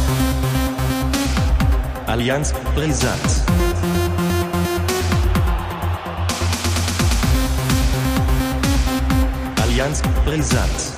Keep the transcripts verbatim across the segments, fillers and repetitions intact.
Allianz brisant. Allianz brisant.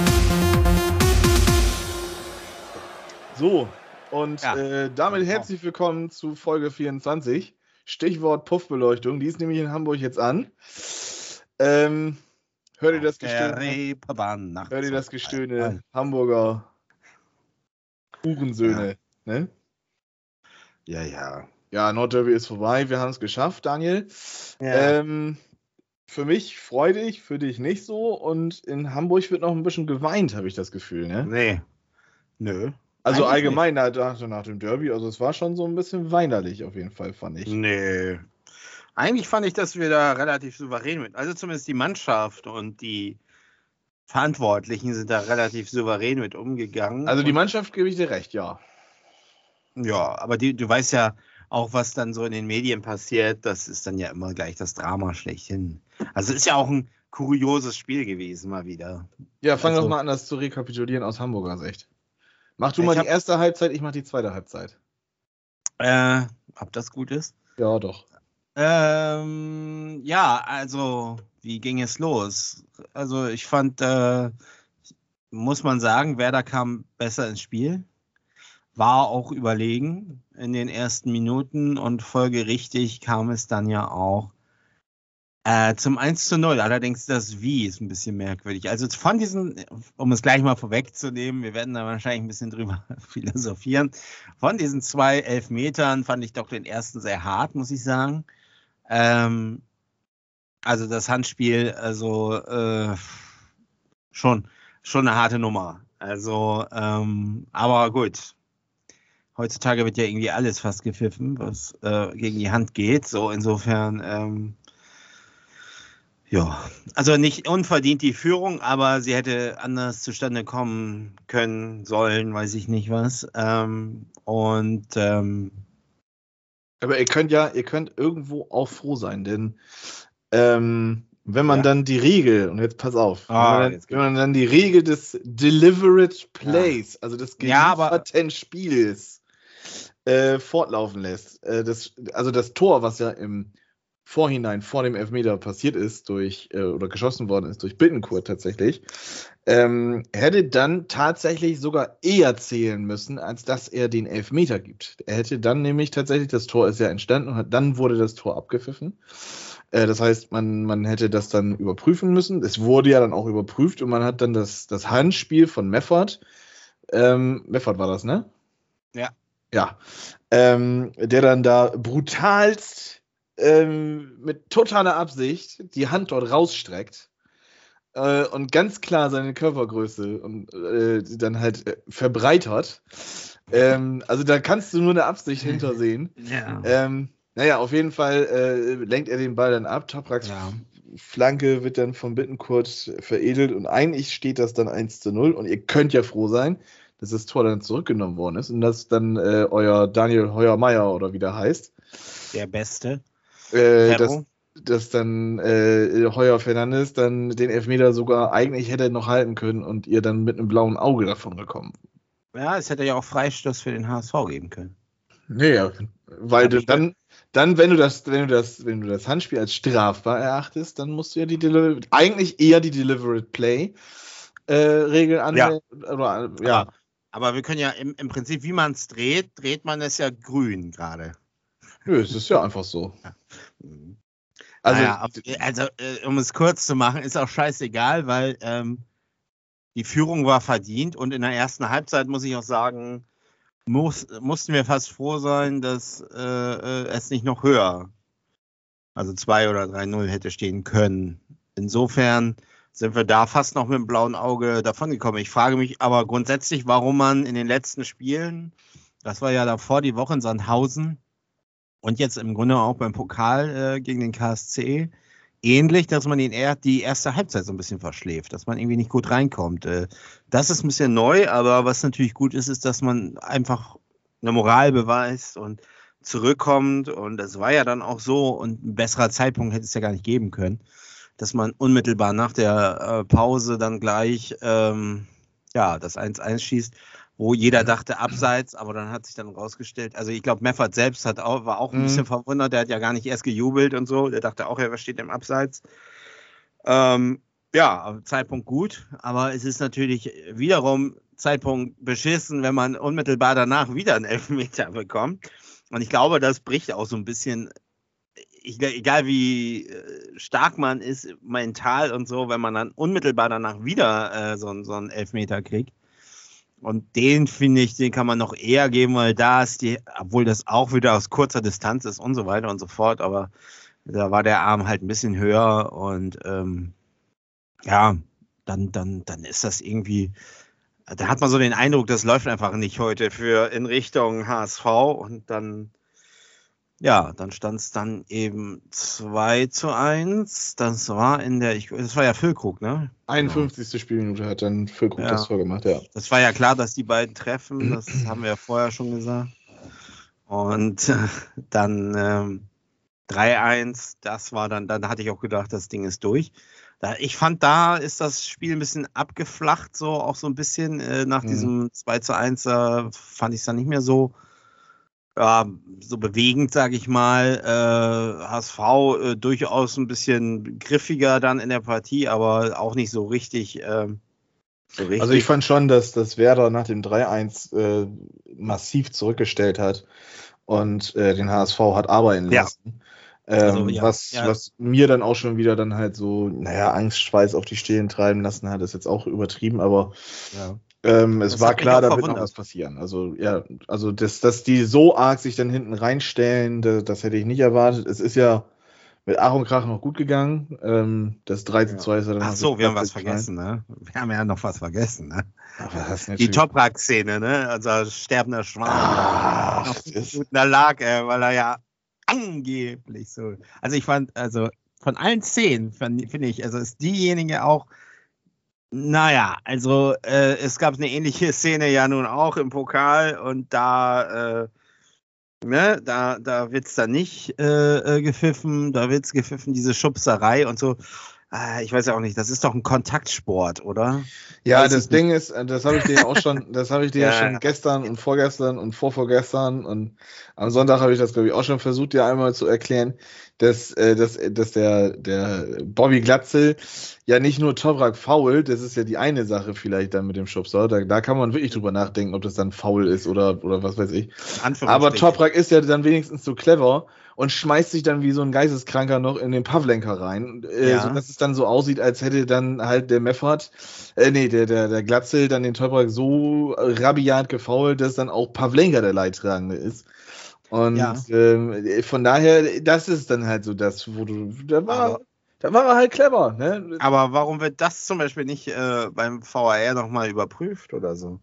So, und Ja. äh, damit herzlich willkommen zu Folge vierundzwanzig. Stichwort Puffbeleuchtung, die ist nämlich in Hamburg jetzt an. Ähm, hört ihr das Der Gestöhne? Reeperbahn nachts. Hört ihr das auf Gestöhne? einmal. Hamburger Hurensöhne, ne? Ja, ja. Ja, Nordderby ist vorbei, wir haben es geschafft, Daniel. Ja. Ähm, für mich freudig, für dich nicht so. Und in Hamburg wird noch ein bisschen geweint, habe ich das Gefühl, ne? Nee. Nö. Also Eigentlich allgemein nach, nach dem Derby, also es war schon so ein bisschen weinerlich auf jeden Fall, fand ich. Nee. Eigentlich fand ich, dass wir da relativ souverän mit. Also zumindest die Mannschaft und die Verantwortlichen sind da relativ souverän mit umgegangen. Also die Und, Mannschaft gebe ich dir recht, ja. ja, aber die, du weißt ja auch, was dann so in den Medien passiert. Das ist dann ja immer gleich das Drama schlechthin. Also es ist ja auch ein kurioses Spiel gewesen, mal wieder. Ja, fang Also- doch mal an, das zu rekapitulieren aus Hamburger Sicht. Mach du Ich mal die hab- erste Halbzeit, ich mach die zweite Halbzeit. Äh, ob das gut ist? Ja, doch. Ähm, ja, also, wie ging es los? Also, ich fand, äh, muss man sagen, Werder kam besser ins Spiel, war auch überlegen in den ersten Minuten und folgerichtig kam es dann ja auch äh, zum eins zu null. Allerdings das Wie ist ein bisschen merkwürdig. Also von diesen, um es gleich mal vorwegzunehmen, wir werden da wahrscheinlich ein bisschen drüber philosophieren, von diesen zwei Elfmetern fand ich doch den ersten sehr hart, muss ich sagen. Ähm, also das Handspiel, also äh, schon, schon eine harte Nummer. Also, ähm, aber gut. Heutzutage wird ja irgendwie alles fast gepfiffen, was äh, gegen die Hand geht. So insofern, ähm, ja, also nicht unverdient die Führung, aber sie hätte anders zustande kommen können, sollen, weiß ich nicht was. Ähm, und ähm, Aber ihr könnt ja, ihr könnt irgendwo auch froh sein, denn ähm, wenn man Ja. dann die Regel, und jetzt pass auf, Ah, wenn, man dann, jetzt wenn man dann die Regel des Deliberate Plays, also des Ja, aber- gelieferten Spiels, äh, fortlaufen lässt, äh, das, also das Tor, was ja im Vorhinein vor dem Elfmeter passiert ist, durch äh, oder geschossen worden ist durch Bittencourt tatsächlich, ähm, hätte dann tatsächlich sogar eher zählen müssen, als dass er den Elfmeter gibt. Er hätte dann nämlich tatsächlich, das Tor ist ja entstanden und hat, dann wurde das Tor abgepfiffen. Äh, das heißt, man, man hätte das dann überprüfen müssen. Es wurde ja dann auch überprüft und man hat dann das, das Handspiel von Meffert, ähm, Meffert war das, ne? Ja. Ja, ähm, der dann da brutalst ähm, mit totaler Absicht die Hand dort rausstreckt äh, und ganz klar seine Körpergröße und äh, dann halt äh, verbreitert. Ähm, also da kannst du nur eine Absicht hintersehen. ja. Ähm, naja, auf jeden Fall äh, lenkt er den Ball dann ab. Topraks Ja. Flanke wird dann von Bittencourt veredelt und eigentlich steht das dann eins zu null und ihr könnt ja froh sein, dass das Tor dann zurückgenommen worden ist und dass dann äh, euer Daniel Heuermeier oder wie der heißt, Der Beste. äh, dass, Ferro. dass dann äh, Heuer Fernandes dann den Elfmeter sogar eigentlich hätte noch halten können und ihr dann mit einem blauen Auge davon gekommen. Ja, es hätte ja auch Freistoß für den H S V geben können. Naja, weil Hab du ich dann, dann, wenn du das, wenn du das, wenn du das Handspiel als strafbar erachtest, dann musst du ja die Deli- eigentlich eher die Deliberate Play äh, Regel anwenden. Oder, ja. Aber, aber wir können ja im, im Prinzip, wie man es dreht, dreht man es ja grün gerade. Nö, es ist ja einfach so. Also, Also, naja, auf, also äh, um es kurz zu machen, ist auch scheißegal, weil ähm, die Führung war verdient und in der ersten Halbzeit, muss ich auch sagen, muss, mussten wir fast froh sein, dass äh, äh, es nicht noch höher, also zwei oder drei null hätte stehen können. Insofern sind wir da fast noch mit dem blauen Auge davongekommen. Ich frage mich aber grundsätzlich, warum man in den letzten Spielen, das war ja davor die Woche in Sandhausen und jetzt im Grunde auch beim Pokal äh, gegen den K S C, ähnlich, dass man den er die erste Halbzeit so ein bisschen verschläft, dass man irgendwie nicht gut reinkommt. Äh, das ist ein bisschen neu, aber was natürlich gut ist, ist, dass man einfach eine Moral beweist und zurückkommt. Und das war ja dann auch so. Und ein besserer Zeitpunkt hätte es ja gar nicht geben können, dass man unmittelbar nach der äh, Pause dann gleich ähm, ja, das eins eins schießt, wo jeder dachte abseits, aber dann hat sich dann rausgestellt, also ich glaube, Meffert selbst hat auch, war auch ein Mhm. bisschen verwundert, der hat ja gar nicht erst gejubelt und so, der dachte auch, er steht im Abseits. Ähm, ja, Zeitpunkt gut, aber es ist natürlich wiederum Zeitpunkt beschissen, wenn man unmittelbar danach wieder einen Elfmeter bekommt. Und ich glaube, das bricht auch so ein bisschen, egal wie stark man ist, mental und so, wenn man dann unmittelbar danach wieder äh, so, so einen Elfmeter kriegt. Und den finde ich, den kann man noch eher geben, weil da ist die, obwohl das auch wieder aus kurzer Distanz ist und so weiter und so fort, aber da war der Arm halt ein bisschen höher und ähm, ja, dann, dann, dann ist das irgendwie, da hat man so den Eindruck, das läuft einfach nicht heute für in Richtung H S V und dann, ja, dann stand es dann eben zwei zu eins. Das war in der, ich, das war ja Füllkrug, ne? einundfünfzigste Spielminute hat dann Füllkrug Ja. das Tor gemacht, ja. Das war ja klar, dass die beiden treffen, das haben wir ja vorher schon gesagt. Und äh, dann ähm, drei eins, das war dann, dann hatte ich auch gedacht, das Ding ist durch. Da, ich fand, da ist das Spiel ein bisschen abgeflacht, so auch so ein bisschen äh, nach Mhm. diesem zwei zu eins, äh, fand ich es dann nicht mehr so, ja, so bewegend, sage ich mal. Äh, H S V äh, durchaus ein bisschen griffiger dann in der Partie, aber auch nicht so richtig. Äh, so richtig. Also ich fand schon, dass, dass Werder nach dem drei eins äh, massiv zurückgestellt hat und äh, den H S V hat arbeiten Ja. lassen. Ähm, Also, ja, was, ja. was mir dann auch schon wieder dann halt so, naja, Angstschweiß auf die Stirn treiben lassen hat, ist jetzt auch übertrieben, aber Ja. ähm, es Das war hat mich klar, auch da wird noch verwundert. was passieren. Also ja, also dass, dass die so arg sich dann hinten reinstellen, das, das hätte ich nicht erwartet. Es ist ja mit Ach und Krach noch gut gegangen. Ähm, das drei zu zwei ist ja dann Ach noch so, durch wir haben was Glatzel vergessen, ne? Wir haben ja noch was vergessen, ne? Aber das ist Die natürlich- Toprak-Szene, ne? Also sterbender Schwan. Ach, Noch das fünf ist- Minuten da lag er, weil er ja angeblich so. Also ich fand, also von allen Szenen fand- finde ich, also ist diejenige auch, naja, also äh, es gab eine ähnliche Szene ja nun auch im Pokal und da, äh, ne, da, da wird es dann nicht äh, äh, gepfiffen, da wird es gepfiffen, diese Schubserei und so. Äh, ich weiß ja auch nicht, das ist doch ein Kontaktsport, oder? Ja, Weiß das ich Ding ist, äh, das habe ich dir ja auch schon, das habe ich dir ja, Ja, schon ja. gestern und vorgestern und vorvorgestern und am Sonntag habe ich das, glaube ich, auch schon versucht, dir einmal zu erklären, dass, äh, dass, dass der, der Bobby Glatzel ja nicht nur Toprak fault, das ist ja die eine Sache vielleicht dann mit dem Schubser, da, da kann man wirklich drüber nachdenken, ob das dann faul ist oder, oder was weiß ich. Anführungsstriche. Aber Toprak ist ja dann wenigstens so clever und schmeißt sich dann wie so ein Geisteskranker noch in den Pavlenka rein, äh, Ja. sodass es dann so aussieht, als hätte dann halt der Meffert, äh, nee, der, der, der Glatzel dann den Toprak so rabiat gefoult, dass dann auch Pavlenka der Leidtragende ist. Und Ja. ähm, von daher, das ist dann halt so das, wo du, da war, Aber- da war er halt clever, ne? Aber warum wird das zum Beispiel nicht äh, beim V A R nochmal überprüft oder so?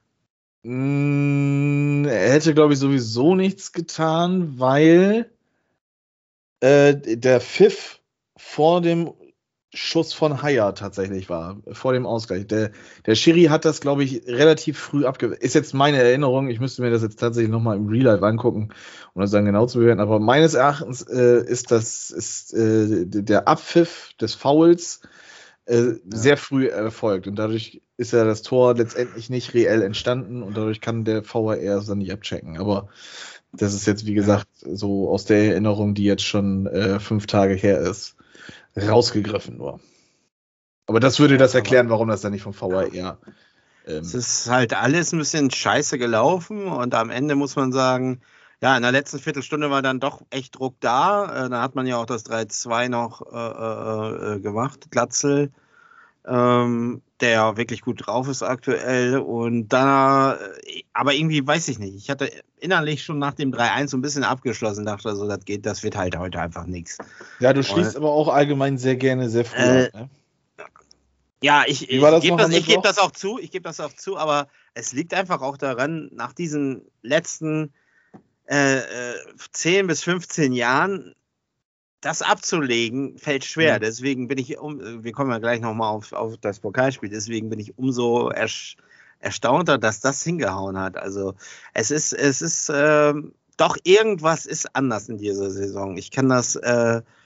Mm, er hätte, glaube ich, sowieso nichts getan, weil äh, der Pfiff vor dem Schuss von Haier tatsächlich war, vor dem Ausgleich. Der, der Schiri hat das, glaube ich, relativ früh abgewehrt. Ist jetzt meine Erinnerung, ich müsste mir das jetzt tatsächlich nochmal im Real Life angucken, um das dann genau zu bewerten. Aber meines Erachtens äh, ist das ist, äh, der Abpfiff des Fouls äh, sehr früh erfolgt. Und dadurch ist ja das Tor letztendlich nicht reell entstanden und dadurch kann der V A R es dann nicht abchecken. Aber das ist jetzt, wie gesagt, so aus der Erinnerung, die jetzt schon äh, fünf Tage her ist, rausgegriffen nur. Aber das würde das erklären, warum das dann nicht vom V A R. Ähm, Es ist halt alles ein bisschen scheiße gelaufen und am Ende muss man sagen, ja, in der letzten Viertelstunde war dann doch echt Druck da. Äh, da hat man ja auch das drei zwei noch äh, äh, gemacht, Glatzel, ähm, der wirklich gut drauf ist aktuell. Und da, äh, aber irgendwie weiß ich nicht. Ich hatte innerlich schon nach dem drei eins so ein bisschen abgeschlossen, dachte so, das geht, das wird halt heute einfach nichts. ja, du schließt aber auch allgemein sehr gerne sehr früh Äh, ab, ne? Ja, ich, Wie war ich das gebe noch das, am ich geb Mittwoch? das auch zu, ich gebe das auch zu, aber es liegt einfach auch daran, nach diesen letzten äh, äh, zehn bis fünfzehn Jahren das abzulegen, fällt schwer. Mhm. Deswegen bin ich, um, wir kommen ja gleich nochmal auf, auf das Pokalspiel, deswegen bin ich umso ersch, erstaunter, dass das hingehauen hat. Also es ist, es ist, ähm, doch irgendwas ist anders in dieser Saison. Ich kann das, äh,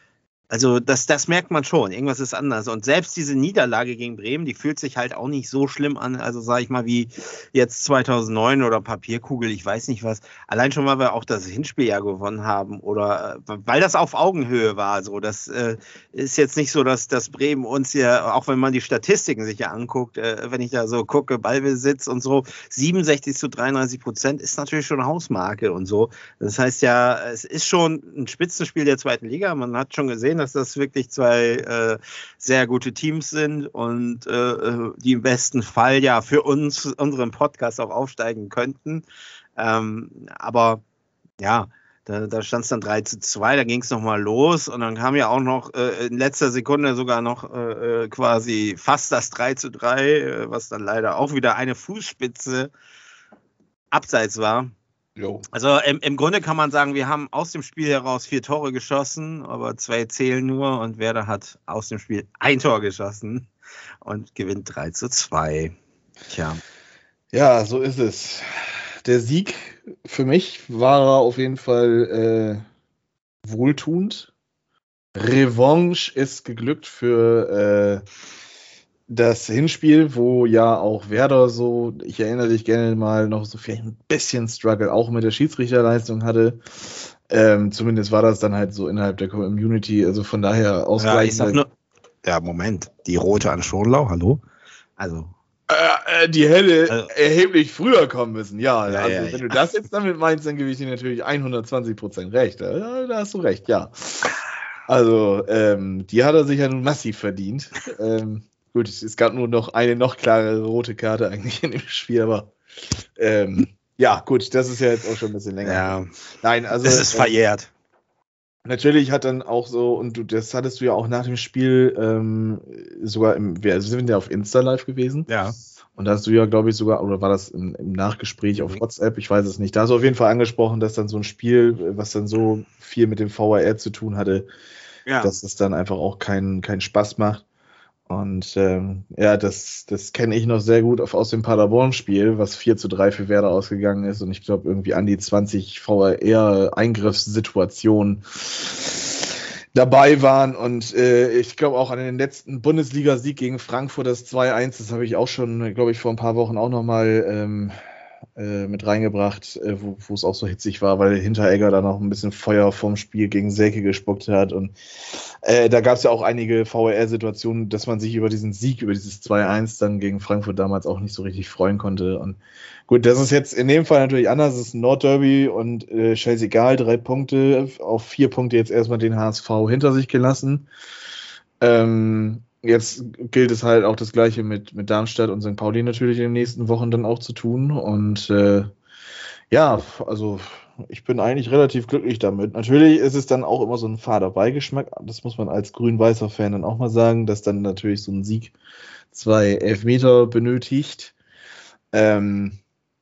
Also das, das merkt man schon, irgendwas ist anders. Und selbst diese Niederlage gegen Bremen, die fühlt sich halt auch nicht so schlimm an, also sage ich mal wie jetzt zweitausendneun oder Papierkugel, ich weiß nicht was. Allein schon, weil wir auch das Hinspiel ja gewonnen haben oder weil das auf Augenhöhe war. So, das äh, ist jetzt nicht so, dass, dass Bremen uns ja, auch wenn man die Statistiken sich ja anguckt, äh, wenn ich da so gucke, Ballbesitz und so, siebenundsechzig zu dreiunddreißig Prozent ist natürlich schon eine Hausmarke und so. Das heißt ja, es ist schon ein Spitzenspiel der zweiten Liga. Man hat schon gesehen, dass das wirklich zwei äh, sehr gute Teams sind und äh, die im besten Fall ja für uns, unseren Podcast auch aufsteigen könnten. Ähm, aber ja, da, da stand es dann drei zu zwei, da ging es nochmal los und dann kam ja auch noch äh, in letzter Sekunde sogar noch äh, quasi fast das drei zu drei, äh, was dann leider auch wieder eine Fußspitze abseits war. Jo. Also im, im Grunde kann man sagen, wir haben aus dem Spiel heraus vier Tore geschossen, aber zwei zählen nur und Werder hat aus dem Spiel ein Tor geschossen und gewinnt drei zu zwei. Tja. Ja, so ist es. Der Sieg für mich war auf jeden Fall äh, wohltuend. Revanche ist geglückt für äh, das Hinspiel, wo ja auch Werder so, ich erinnere dich gerne mal, noch so vielleicht ein bisschen Struggle auch mit der Schiedsrichterleistung hatte. Ähm, zumindest war das dann halt so innerhalb der Community, also von daher ausgleichend. Ja, ich sag nur, ja, Moment, die rote an Schonlau, hallo? Also. Äh, die hätte also, erheblich früher kommen müssen, ja. ja also ja, wenn ja. du das jetzt damit meinst, dann gebe ich dir natürlich hundertzwanzig Prozent recht. Da, da hast du recht, ja. Also, ähm, die hat er sich ja nun massiv verdient. ähm, Gut, es gab nur noch eine noch klarere rote Karte eigentlich in dem Spiel, aber ähm, ja, gut, das ist ja jetzt auch schon ein bisschen länger. Ja, Nein, also es ist äh, verjährt. Natürlich hat dann auch so, und du, das hattest du ja auch nach dem Spiel ähm, sogar im, wir also sind ja auf Insta live gewesen. Ja. Und da hast du ja, glaube ich, sogar, oder war das im, im Nachgespräch auf WhatsApp, ich weiß es nicht, da hast du auf jeden Fall angesprochen, dass dann so ein Spiel, was dann so viel mit dem V R R zu tun hatte, Ja. dass das dann einfach auch keinen keinen Spaß macht. Und ähm, ja, das, das kenne ich noch sehr gut auf, aus dem Paderborn-Spiel, was vier zu drei für Werder ausgegangen ist. Und ich glaube, irgendwie an die zwanzig V R R-Eingriffssituationen dabei waren. Und äh, ich glaube auch an den letzten Bundesliga-Sieg gegen Frankfurt, das zwei eins, das habe ich auch schon, glaube ich, vor ein paar Wochen auch nochmal ähm, äh, mit reingebracht, äh, wo wo es auch so hitzig war, weil Hinteregger da noch ein bisschen Feuer vom Spiel gegen Selke gespuckt hat. Und äh, da gab es ja auch einige V R R-Situationen, dass man sich über diesen Sieg, über dieses zwei eins dann gegen Frankfurt damals auch nicht so richtig freuen konnte. Und gut, das ist jetzt in dem Fall natürlich anders. Es ist ein Nordderby und äh, scheißegal, drei Punkte, auf vier Punkte jetzt erstmal den H S V hinter sich gelassen. Ähm, jetzt gilt es halt auch das Gleiche mit, mit Darmstadt und Sankt Pauli natürlich in den nächsten Wochen dann auch zu tun. Und äh, ja, also ich bin eigentlich relativ glücklich damit. Natürlich ist es dann auch immer so ein fader Beigeschmack. Das muss man als grün-weißer Fan dann auch mal sagen, dass dann natürlich so ein Sieg zwei Elfmeter benötigt. Ähm,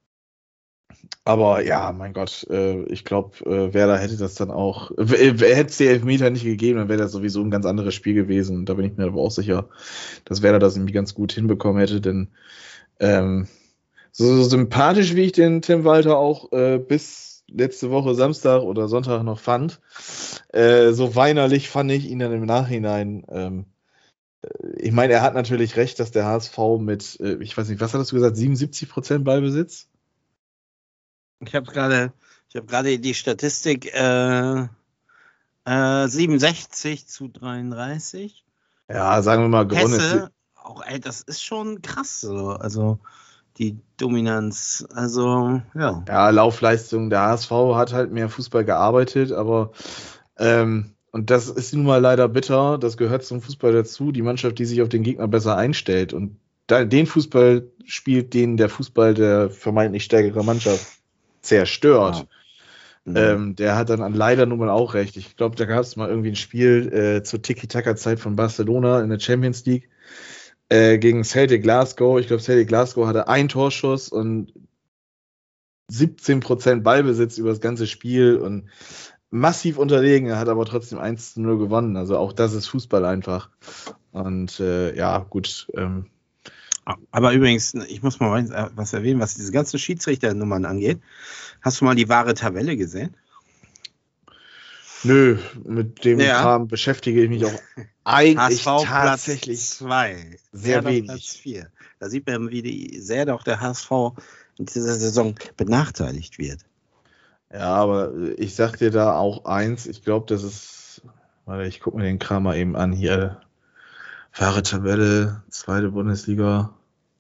aber ja, mein Gott, äh, ich glaube, äh, Werder hätte das dann auch, äh, hätte es die Elfmeter nicht gegeben, dann wäre das sowieso ein ganz anderes Spiel gewesen. Und da bin ich mir aber auch sicher, dass Werder das irgendwie ganz gut hinbekommen hätte, denn ähm, so, so sympathisch, wie ich den Tim Walter auch äh, bis letzte Woche Samstag oder Sonntag noch fand, äh, so weinerlich fand ich ihn dann im Nachhinein. Ähm, ich meine, er hat natürlich recht, dass der H S V mit, äh, ich weiß nicht, was hattest du gesagt, siebenundsiebzig Prozent Ballbesitz? Ich habe gerade, ich habe gerade die Statistik äh, äh, siebenundsechzig zu dreiunddreißig. Ja, sagen wir mal, gewonnen ist. Pässe, auch, ey, das ist schon krass so. Also die Dominanz, also ja. Ja, Laufleistung, der H S V hat halt mehr Fußball gearbeitet, aber ähm, und das ist nun mal leider bitter, das gehört zum Fußball dazu, die Mannschaft, die sich auf den Gegner besser einstellt und da, den Fußball spielt, den der Fußball der vermeintlich stärkere Mannschaft zerstört. Ja. Mhm. Ähm, der hat dann leider nun mal auch recht. Ich glaube, da gab es mal irgendwie ein Spiel äh, zur Tiki-Taka-Zeit von Barcelona in der Champions League äh, gegen Celtic Glasgow. Ich glaube, Celtic Glasgow hatte einen Torschuss und siebzehn Prozent Ballbesitz über das ganze Spiel und massiv unterlegen. Er hat aber trotzdem eins zu null gewonnen. Also auch das ist Fußball einfach. Und äh, ja, gut. Ähm, Aber übrigens, ich muss mal was erwähnen, was diese ganzen Schiedsrichternummern angeht. Hast du mal die wahre Tabelle gesehen? Nö, mit dem Ja. Kram beschäftige ich mich auch eigentlich H S V tatsächlich Platz zwei, sehr Werder wenig. Platz vier. Da sieht man, wie die, sehr doch der H S V in dieser Saison benachteiligt wird. Ja, aber ich sag dir da auch eins, ich glaube, das ist, warte, ich guck mir den Kram mal eben an hier. Wahre Tabelle, zweite Bundesliga.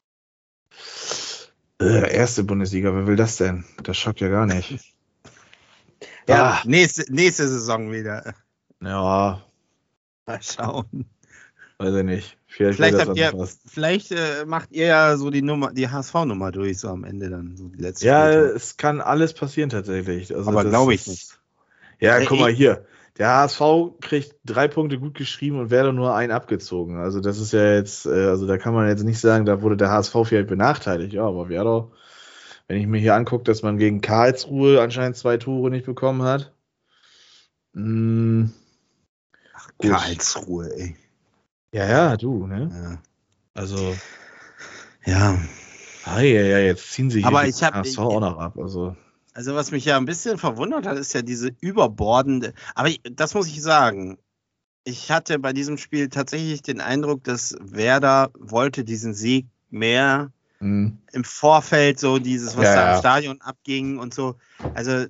Äh, erste Bundesliga, wer will das denn? Das schockt ja gar nicht. Ja, Ah. nächste, nächste Saison wieder. Ja, Mal schauen. weiß ich nicht. Vielleicht, Vielleicht, wird das habt ihr, dann was. vielleicht äh, macht ihr ja so die Nummer, die H S V-Nummer durch, so am Ende dann, so die letzte Ja, Spieltag. es kann alles passieren tatsächlich. Also Aber das glaube ich ist- nicht. Ja, Äh, guck mal ich- hier. Der H S V kriegt drei Punkte gut geschrieben und werde nur einen abgezogen. Also das ist ja jetzt, äh, also da kann man jetzt nicht sagen, da wurde der H S V vielleicht benachteiligt. Ja, aber Werder, wenn ich mir hier angucke, dass man gegen Karlsruhe anscheinend zwei Tore nicht bekommen hat. Mh, gut. Karlsruhe, ey. Ja, ja, du, ne? Ja. Also, ja. ah, ja, ja, jetzt ziehen sie hier Aber den ich hab- H S V auch noch ab. Also, Also was mich ja ein bisschen verwundert hat, ist ja diese überbordende, aber ich, das muss ich sagen, ich hatte bei diesem Spiel tatsächlich den Eindruck, dass Werder wollte diesen Sieg mehr mh, im Vorfeld, so dieses, was Ja, da ja. im Stadion abging und so. Also,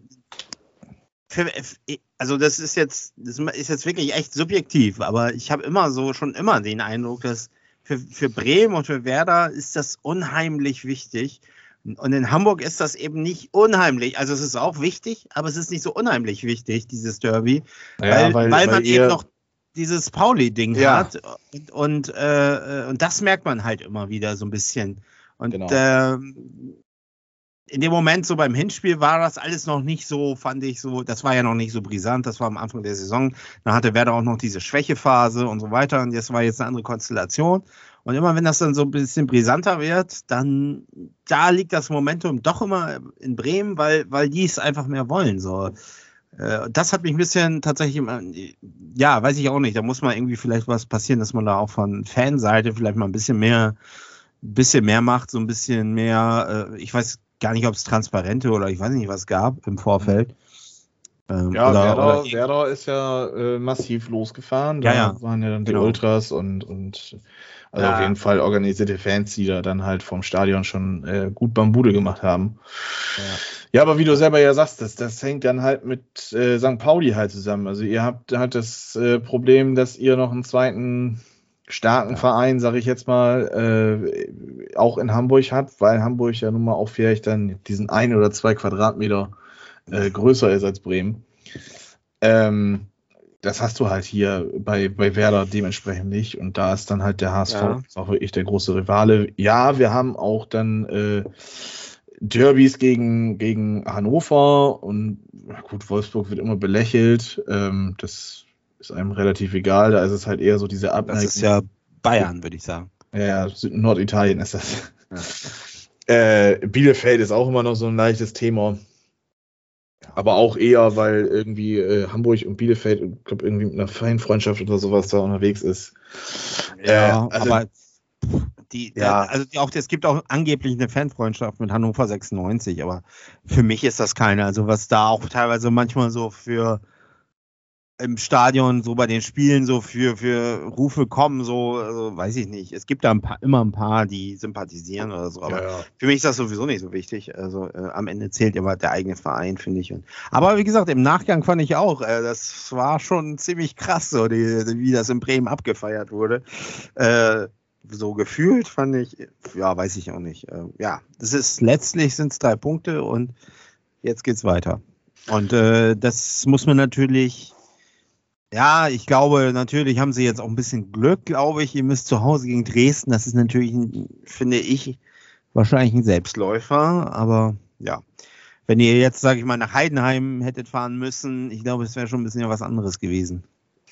für, also das ist jetzt, das ist jetzt wirklich echt subjektiv, aber ich habe immer so, schon immer den Eindruck, dass für, für Bremen und für Werder ist das unheimlich wichtig. Und in Hamburg ist das eben nicht unheimlich. Also es ist auch wichtig, aber es ist nicht so unheimlich wichtig, dieses Derby, ja, weil, weil, man ihr- eben noch dieses Pauli-Ding Ja. hat. Und, und, äh, und das merkt man halt immer wieder so ein bisschen. Und Genau. ähm, in dem Moment, so beim Hinspiel, war das alles noch nicht so, fand ich so, das war ja noch nicht so brisant, das war am Anfang der Saison. Dann hatte Werder auch noch diese Schwächephase und so weiter. Und das war jetzt eine andere Konstellation. Und immer wenn das dann so ein bisschen brisanter wird, dann da liegt das Momentum doch immer in Bremen, weil, weil die es einfach mehr wollen. So. Äh, Das hat mich ein bisschen tatsächlich, immer- ja, weiß ich auch nicht. Da muss mal irgendwie vielleicht was passieren, dass man da auch von Fanseite vielleicht mal ein bisschen mehr, ein bisschen mehr macht, so ein bisschen mehr, äh, ich weiß gar nicht, ob es Transparente oder ich weiß nicht, was gab im Vorfeld. Ähm, Ja, oder, Werder, oder, Werder ist ja äh, massiv losgefahren. Da Ja, ja. waren ja dann die Genau. Ultras und, und also Ja. auf jeden Fall organisierte Fans, die da dann halt vom Stadion schon äh, gut Bambude gemacht haben. Ja. Ja, aber wie du selber ja sagst, das, das hängt dann halt mit äh, Sankt Pauli halt zusammen. Also ihr habt halt das äh, Problem, dass ihr noch einen zweiten starken Ja. Verein, sage ich jetzt mal, äh, auch in Hamburg habt, weil Hamburg ja nun mal auch vielleicht dann diesen ein oder zwei Quadratmeter äh, größer ist als Bremen. Ähm, das hast du halt hier bei, bei Werder dementsprechend nicht. Und da ist dann halt der H S V Ja. ist auch wirklich der große Rivale. Ja, wir haben auch dann äh, Derbys gegen, gegen Hannover und gut, Wolfsburg wird immer belächelt. Ähm, das ist einem relativ egal. Da ist es halt eher so diese Abneigung. Das ist ja Bayern, würde ich sagen. Ja, ja, Süd- Norditalien ist das. Äh, Bielefeld ist auch immer noch so ein leichtes Thema. Aber auch eher, weil irgendwie äh, Hamburg und Bielefeld, ich glaube, irgendwie mit einer Fanfreundschaft oder sowas da unterwegs ist. Ja, Äh, also- aber die, Ja. also die auch, es gibt auch angeblich eine Fanfreundschaft mit Hannover sechsundneunzig, aber für mich ist das keine. Also was da auch teilweise manchmal so für im Stadion, so bei den Spielen, so für, für Rufe kommen, so, also weiß ich nicht. Es gibt da ein paar, immer ein paar, die sympathisieren oder so, aber ja, ja. für mich ist das sowieso nicht so wichtig. Also äh, am Ende zählt immer der eigene Verein, finde ich. Und, aber wie gesagt, im Nachgang fand ich auch, äh, das war schon ziemlich krass, so die, wie das in Bremen abgefeiert wurde. Äh, so gefühlt fand ich, ja, weiß ich auch nicht. Äh, ja, das ist letztlich sind es drei Punkte und jetzt geht's weiter. Und äh, das muss man natürlich. Ja, ich glaube, natürlich haben sie jetzt auch ein bisschen Glück, glaube ich. Ihr müsst zu Hause gegen Dresden. Das ist natürlich, ein, finde ich, wahrscheinlich ein Selbstläufer. Aber ja, wenn ihr jetzt, sage ich mal, nach Heidenheim hättet fahren müssen, ich glaube, es wäre schon ein bisschen was anderes gewesen.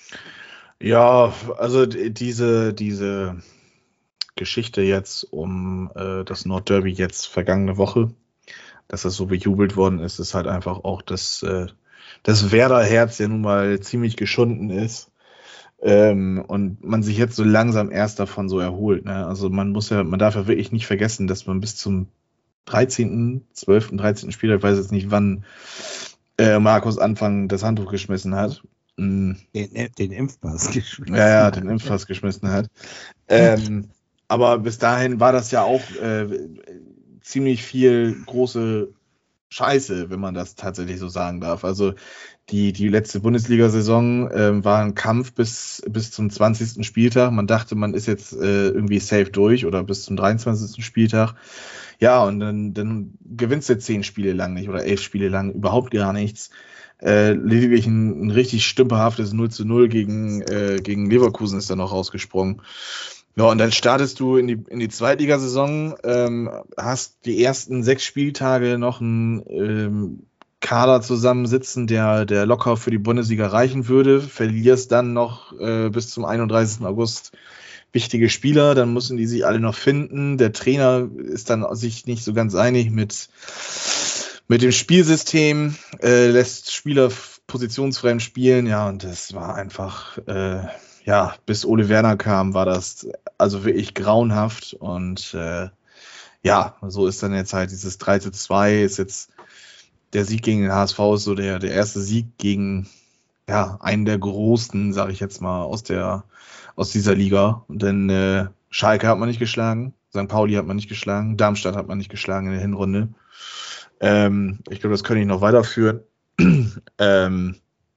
Ja, also d- diese, diese Geschichte jetzt um äh, das Nordderby jetzt vergangene Woche, dass das so bejubelt worden ist, ist halt einfach auch, dass äh, das Werder-Herz ja nun mal ziemlich geschunden ist ähm, und man sich jetzt so langsam erst davon so erholt. Ne? Also man muss ja, man darf ja wirklich nicht vergessen, dass man bis zum dreizehnten, zwölften, dreizehnten Spieltag, ich weiß jetzt nicht, wann äh, Markus Anfang das Handtuch geschmissen hat, Den, den Impfpass geschmissen. Ja, ja, den Impfpass geschmissen hat. Ähm, aber bis dahin war das ja auch äh, ziemlich viel große Scheiße, wenn man das tatsächlich so sagen darf. Also die, die letzte Bundesliga-Saison äh, war ein Kampf bis, bis zum zwanzigsten Spieltag. Man dachte, man ist jetzt äh, irgendwie safe durch oder bis zum dreiundzwanzigsten Spieltag. Ja, und dann, dann gewinnst du zehn Spiele lang nicht oder elf Spiele lang überhaupt gar nichts. Äh, lediglich ein, ein richtig stümperhaftes null zu null gegen, äh, gegen Leverkusen ist da noch rausgesprungen. Ja, und dann startest du in die, in die Zweitligasaison, ähm, hast die ersten sechs Spieltage noch einen ähm, Kader zusammensitzen, der, der locker für die Bundesliga reichen würde, verlierst dann noch äh, bis zum einunddreißigsten August wichtige Spieler, dann müssen die sich alle noch finden. Der Trainer ist dann sich nicht so ganz einig mit, mit dem Spielsystem, äh, lässt Spieler positionsfremd spielen, ja, und das war einfach, äh, ja, bis Ole Werner kam, war das also wirklich grauenhaft und äh, ja, so ist dann jetzt halt dieses drei zu zwei, ist jetzt der Sieg gegen den H S V ist so der, der erste Sieg gegen ja, einen der großen, sage ich jetzt mal, aus der aus dieser Liga. Und dann äh, Schalke hat man nicht geschlagen, Sankt Pauli hat man nicht geschlagen, Darmstadt hat man nicht geschlagen in der Hinrunde. Ähm, ich glaube, das könnte ich noch weiterführen. ähm,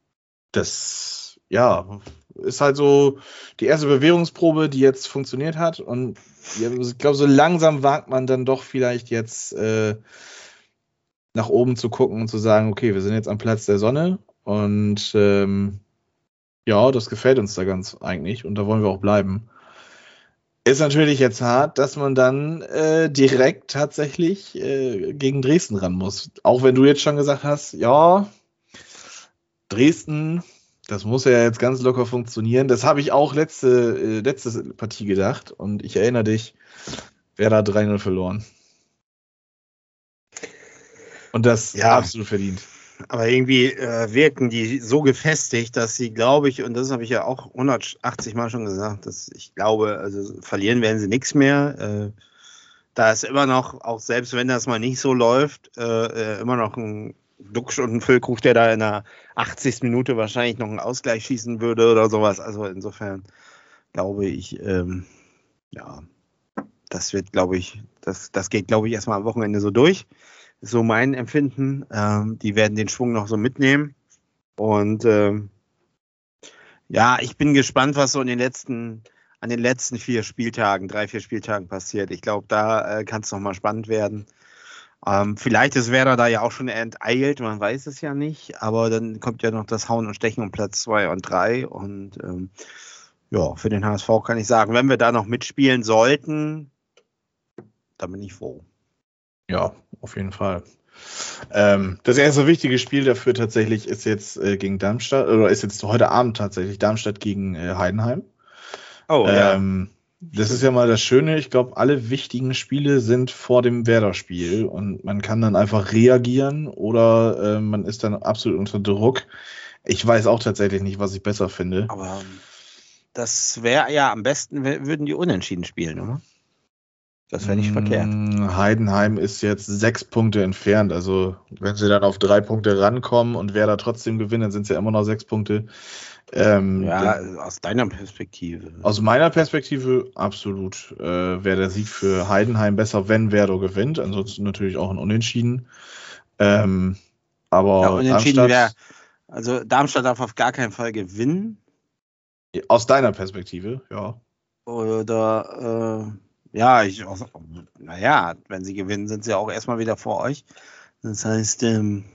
das, ja, ist halt so die erste Bewährungsprobe, die jetzt funktioniert hat. Und ja, ich glaube, so langsam wagt man dann doch vielleicht jetzt äh, nach oben zu gucken und zu sagen, okay, wir sind jetzt am Platz der Sonne und ähm, ja, das gefällt uns da ganz eigentlich und da wollen wir auch bleiben. Ist natürlich jetzt hart, dass man dann äh, direkt tatsächlich äh, gegen Dresden ran muss. Auch wenn du jetzt schon gesagt hast, ja, Dresden, das muss ja jetzt ganz locker funktionieren. Das habe ich auch letzte, äh, letzte Partie gedacht und ich erinnere dich, Werder drei null verloren. Und das Ja. absolut verdient. Aber irgendwie äh, wirken die so gefestigt, dass sie, glaube ich, und das habe ich ja auch hundertachtzig Mal schon gesagt, dass ich glaube, also verlieren werden sie nichts mehr. Äh, da ist immer noch, auch selbst wenn das mal nicht so läuft, äh, immer noch ein Duxch und ein Füllkrug, der da in der achtzigsten Minute wahrscheinlich noch einen Ausgleich schießen würde oder sowas. Also insofern glaube ich, ähm, ja, das wird, glaube ich, das, das geht, glaube ich, erstmal am Wochenende so durch. So mein Empfinden. Ähm, die werden den Schwung noch so mitnehmen. Und ähm, ja, ich bin gespannt, was so in den letzten, an den letzten vier Spieltagen, drei, vier Spieltagen passiert. Ich glaube, da äh, kann es nochmal spannend werden. Ähm, vielleicht ist Werder da ja auch schon enteilt, man weiß es ja nicht. Aber dann kommt ja noch das Hauen und Stechen um Platz zwei und drei. Und ähm, ja, für den H S V kann ich sagen, wenn wir da noch mitspielen sollten, dann bin ich froh. Ja, auf jeden Fall. Ähm, das erste wichtige Spiel dafür tatsächlich ist jetzt äh, gegen Darmstadt, oder ist jetzt heute Abend tatsächlich Darmstadt gegen äh, Heidenheim. Oh, ähm, ja. Das ist ja mal das Schöne. Ich glaube, alle wichtigen Spiele sind vor dem Werder-Spiel und man kann dann einfach reagieren oder äh, man ist dann absolut unter Druck. Ich weiß auch tatsächlich nicht, was ich besser finde. Aber das wäre ja am besten, würden die unentschieden spielen, oder? Das wäre nicht Mm, verkehrt. Heidenheim ist jetzt sechs Punkte entfernt. Also wenn sie dann auf drei Punkte rankommen und Werder trotzdem gewinnt, dann sind es ja immer noch sechs Punkte. Ähm, Ja, denn, aus deiner Perspektive. aus meiner Perspektive absolut äh, wäre der Sieg für Heidenheim besser, wenn Werder gewinnt. Ansonsten natürlich auch ein Unentschieden. Ähm, aber Ja, unentschieden Darmstadt, wäre, also Darmstadt darf auf gar keinen Fall gewinnen. aus deiner Perspektive, ja. Oder, äh, ja, ich, naja, wenn sie gewinnen, sind sie auch erstmal wieder vor euch. Das heißt, ähm,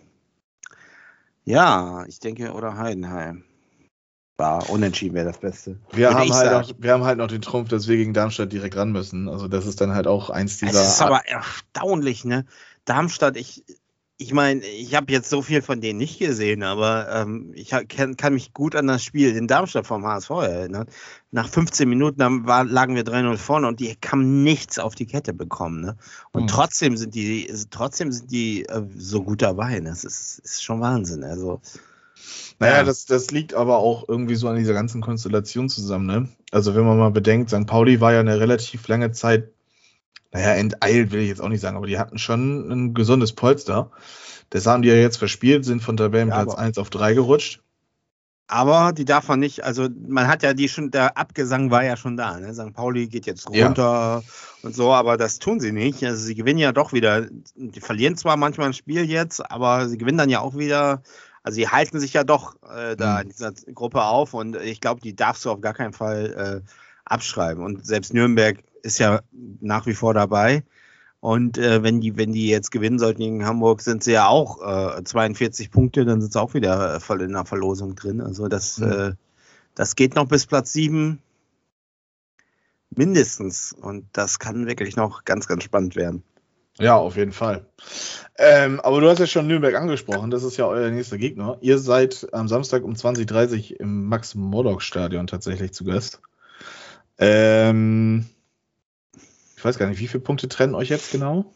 ja, ich denke, oder Heidenheim. Ja, unentschieden wäre das Beste. Wir Würde haben, ich halt sagen. noch, wir haben halt noch den Trumpf, dass wir gegen Darmstadt direkt ran müssen. Also das ist dann halt auch eins Es dieser... ist aber erstaunlich, ne? Darmstadt, ich, ich meine, ich habe jetzt so viel von denen nicht gesehen, aber ähm, ich ha- kann, kann mich gut an das Spiel in Darmstadt vom H S V erinnern. Nach fünfzehn Minuten haben, war, lagen wir drei null vorne und die haben nichts auf die Kette bekommen. Ne? Und Hm. trotzdem sind die, trotzdem sind die äh, so gut dabei. Ne? Das ist, ist schon Wahnsinn. Also, Naja, ja. das, das liegt aber auch irgendwie so an dieser ganzen Konstellation zusammen, ne? Also wenn man mal bedenkt, Sankt Pauli war ja eine relativ lange Zeit, naja, enteilt will ich jetzt auch nicht sagen, aber die hatten schon ein gesundes Polster. Das haben die ja jetzt verspielt, sind von Tabellenplatz Ja, aber- eins auf drei gerutscht. Aber die darf man nicht, also man hat ja die schon, der Abgesang war ja schon da, ne? Sankt Pauli geht jetzt runter ja. und so, aber das tun sie nicht. Also sie gewinnen ja doch wieder, die verlieren zwar manchmal ein Spiel jetzt, aber sie gewinnen dann ja auch wieder, also sie halten sich ja doch äh, da mhm. in dieser Gruppe auf und ich glaube, die darfst du auf gar keinen Fall äh, abschreiben. Und selbst Nürnberg ist ja nach wie vor dabei. Und äh, wenn die, wenn die jetzt gewinnen sollten gegen Hamburg, sind sie ja auch äh, zweiundvierzig Punkte, dann sind sie auch wieder äh, voll in der Verlosung drin. Also das, mhm. äh, das geht noch bis Platz sieben mindestens. Und das kann wirklich noch ganz, ganz spannend werden. Ja, auf jeden Fall. Ähm, aber du hast ja schon Nürnberg angesprochen, das ist ja euer nächster Gegner. Ihr seid am Samstag um zwanzig Uhr dreißig im Max-Morlock-Stadion tatsächlich zu Gast. Ähm... Ich weiß gar nicht, wie viele Punkte trennen euch jetzt genau?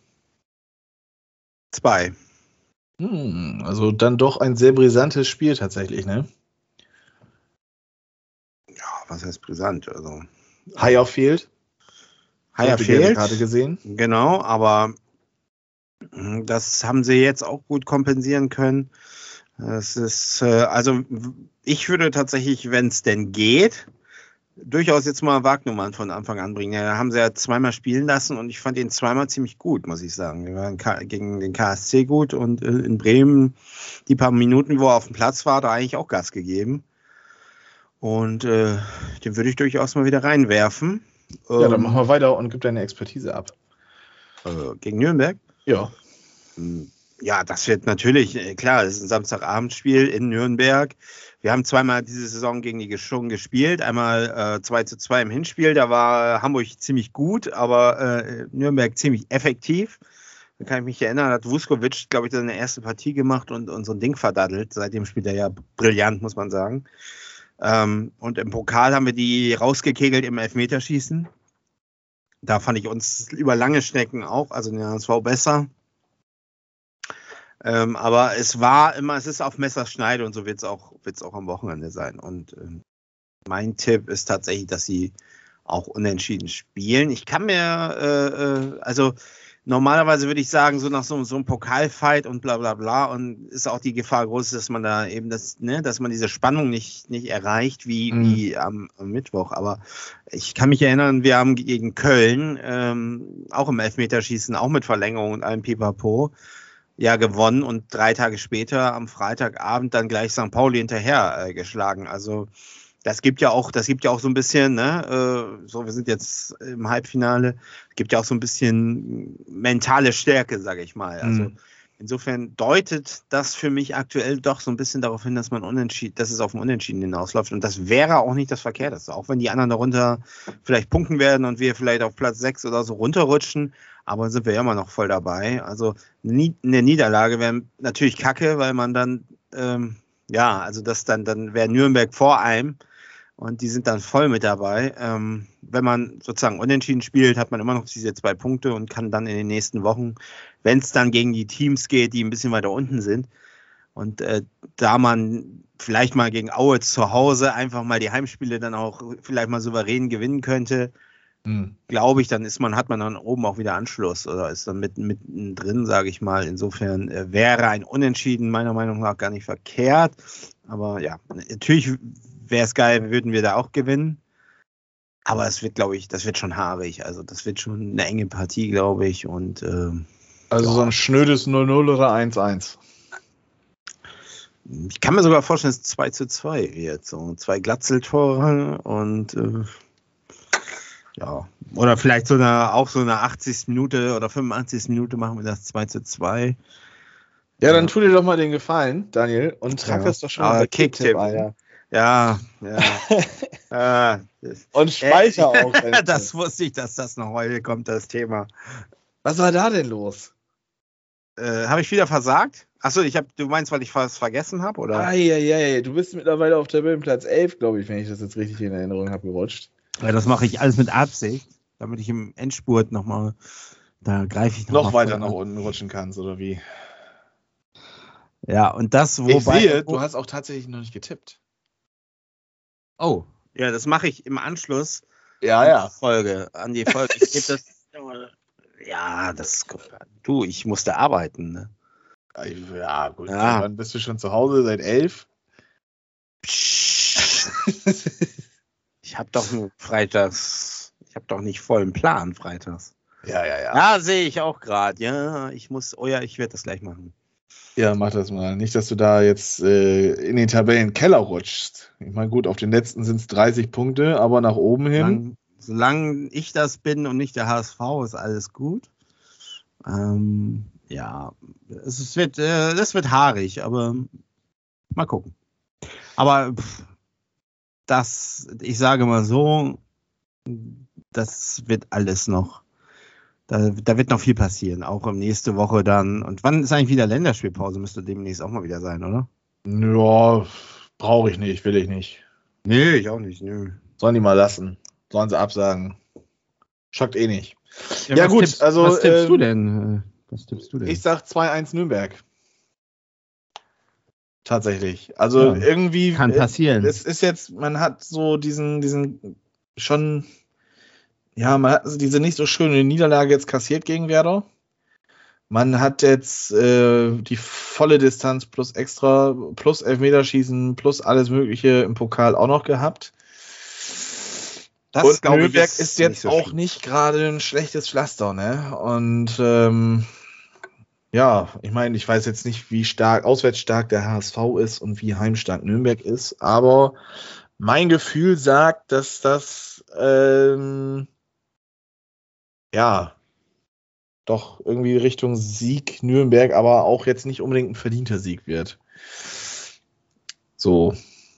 Zwei. Hm, also dann doch ein sehr brisantes Spiel tatsächlich, ne? Ja, was heißt brisant? Also, Haier fehlt. Haier fehlt. Gerade gesehen. Genau, aber das haben sie jetzt auch gut kompensieren können. Es ist, also ich würde tatsächlich, wenn es denn geht, durchaus jetzt mal Wagnumann von Anfang an bringen. Ja, haben sie ja zweimal spielen lassen und ich fand ihn zweimal ziemlich gut, muss ich sagen. Wir waren gegen den K S C gut und in Bremen die paar Minuten, wo er auf dem Platz war, hat er eigentlich auch Gas gegeben. Und äh, den würde ich durchaus mal wieder reinwerfen. Ja, dann ähm, machen wir weiter und gib deine Expertise ab. Äh, gegen Nürnberg? Ja. Ja, das wird natürlich, klar, es ist ein Samstagabendspiel in Nürnberg. Wir haben zweimal diese Saison gegen die schon gespielt. Einmal äh, zwei zu zwei im Hinspiel, da war Hamburg ziemlich gut, aber äh, Nürnberg ziemlich effektiv. Da kann ich mich erinnern, hat Vuskovic, glaube ich, seine erste Partie gemacht und, und so ein Ding verdaddelt. Seitdem spielt er ja brillant, muss man sagen. Ähm, und im Pokal haben wir die rausgekegelt im Elfmeterschießen. Da fand ich uns über lange Strecken auch, also den H S V besser. Ähm, aber es war immer, es ist auf Messerschneide und so wird es auch, wird's auch am Wochenende sein. Und ähm, mein Tipp ist tatsächlich, dass sie auch unentschieden spielen. Ich kann mir, äh, äh, also normalerweise würde ich sagen, so nach so, so einem Pokalfight und bla bla bla und ist auch die Gefahr groß, dass man da eben das, ne, dass man diese Spannung nicht, nicht erreicht wie, mhm. wie am, am Mittwoch. Aber ich kann mich erinnern, wir haben gegen Köln ähm, auch im Elfmeterschießen, auch mit Verlängerung und allem Pipapo, ja, gewonnen und drei Tage später am Freitagabend dann gleich Sankt Pauli hinterher äh, geschlagen. Also das gibt ja auch, das gibt ja auch so ein bisschen, ne, äh, so wir sind jetzt im Halbfinale, gibt ja auch so ein bisschen mentale Stärke, sage ich mal. Also mhm. insofern deutet das für mich aktuell doch so ein bisschen darauf hin, dass man unentschieden, dass es auf dem Unentschieden hinausläuft. Und das wäre auch nicht das Verkehrteste, auch wenn die anderen darunter vielleicht punkten werden und wir vielleicht auf Platz sechs oder so runterrutschen. Aber sind wir ja immer noch voll dabei. Also eine Niederlage wäre natürlich kacke, weil man dann, ähm, ja, also das dann, dann wäre Nürnberg vor einem und die sind dann voll mit dabei. Ähm, wenn man sozusagen unentschieden spielt, hat man immer noch diese zwei Punkte und kann dann in den nächsten Wochen, wenn es dann gegen die Teams geht, die ein bisschen weiter unten sind, und äh, da man vielleicht mal gegen Aue zu Hause einfach mal die Heimspiele dann auch vielleicht mal souverän gewinnen könnte, Hm. glaube ich, dann ist man, hat man dann oben auch wieder Anschluss oder ist dann mitten, mitten drin, sage ich mal. Insofern äh, wäre ein Unentschieden meiner Meinung nach gar nicht verkehrt. Aber ja, natürlich wäre es geil, würden wir da auch gewinnen. Aber es wird, glaube ich, das wird schon haarig. Also das wird schon eine enge Partie, glaube ich. Und ähm, also ja. so ein schnödes null null oder eins eins. Ich kann mir sogar vorstellen, dass es zwei zu zwei wird. So zwei Glatzeltore und äh, ja, oder vielleicht so eine, auch so eine achtzigste Minute oder fünfundachtzigste Minute machen wir das zwei zu zwei. Ja, dann tu dir doch mal den Gefallen, Daniel, und trag ja. das doch schon mal bei Kicktipp ein. Ja, ja. ja das, und speicher äh, auch. Das wusste ich, dass das noch heute kommt, das Thema. Was war da denn los? Äh, habe ich wieder versagt? Achso, ich hab, du meinst, weil ich was vergessen habe, oder? Eieiei, du bist mittlerweile auf Tabellenplatz elf, glaube ich, wenn ich das jetzt richtig in Erinnerung habe, gerutscht. Ja, das mache ich alles mit Absicht, damit ich im Endspurt nochmal, da greife ich noch, noch weiter nach unten rutschen kannst, oder wie? Ja, und das, wobei... Ich sehe, du hast auch tatsächlich noch nicht getippt. Oh, ja, das mache ich im Anschluss ja, an ja. die Folge, an die Folge. Ich gebe das... Ja, das... Du, ich musste arbeiten, ne? Ja, gut. Ja. Wann bist du schon zu Hause? Seit elf? Psst. Ich habe doch nur freitags, ich habe doch nicht vollen Plan freitags. Ja, ja, ja. Ja, sehe ich auch gerade. Ja, ich muss, oh ja, ich werde das gleich machen. Ja, mach das mal. Nicht, dass du da jetzt äh, in den Tabellenkeller rutschst. Ich meine, gut, auf den letzten sind es dreißig Punkte, aber nach oben hin. Solange, solange ich das bin und nicht der H S V, ist alles gut. Ähm, ja, es, es wird, äh, es wird haarig, aber mal gucken. Aber pff, das, ich sage mal so, das wird alles noch. Da, da wird noch viel passieren, auch nächste Woche dann. Und wann ist eigentlich wieder Länderspielpause? Müsste demnächst auch mal wieder sein, oder? Ja, brauche ich nicht, will ich nicht. Nee, ich auch nicht, nö. Sollen die mal lassen. Sollen sie absagen. Schockt eh nicht. Ja, Ja, was gut, tippst, also, Was tippst ähm, du denn? Was tippst du denn? Ich sag zwei eins Nürnberg. Tatsächlich. Also Ja, irgendwie. kann passieren. Äh, es ist jetzt, man hat so diesen, diesen schon. Ja, man hat also diese nicht so schöne Niederlage jetzt kassiert gegen Werder. Man hat jetzt äh, die volle Distanz plus extra, plus Elfmeterschießen, plus alles Mögliche im Pokal auch noch gehabt. Das, Und glaub ich, Nürnberg ist ist jetzt nicht so auch schlimm. nicht gerade ein schlechtes Pflaster, ne? Und ähm, ja, ich meine, ich weiß jetzt nicht, wie stark, auswärts stark der H S V ist und wie heimstark Nürnberg ist, aber mein Gefühl sagt, dass das ähm, ja doch irgendwie Richtung Sieg Nürnberg, aber auch jetzt nicht unbedingt ein verdienter Sieg wird. So.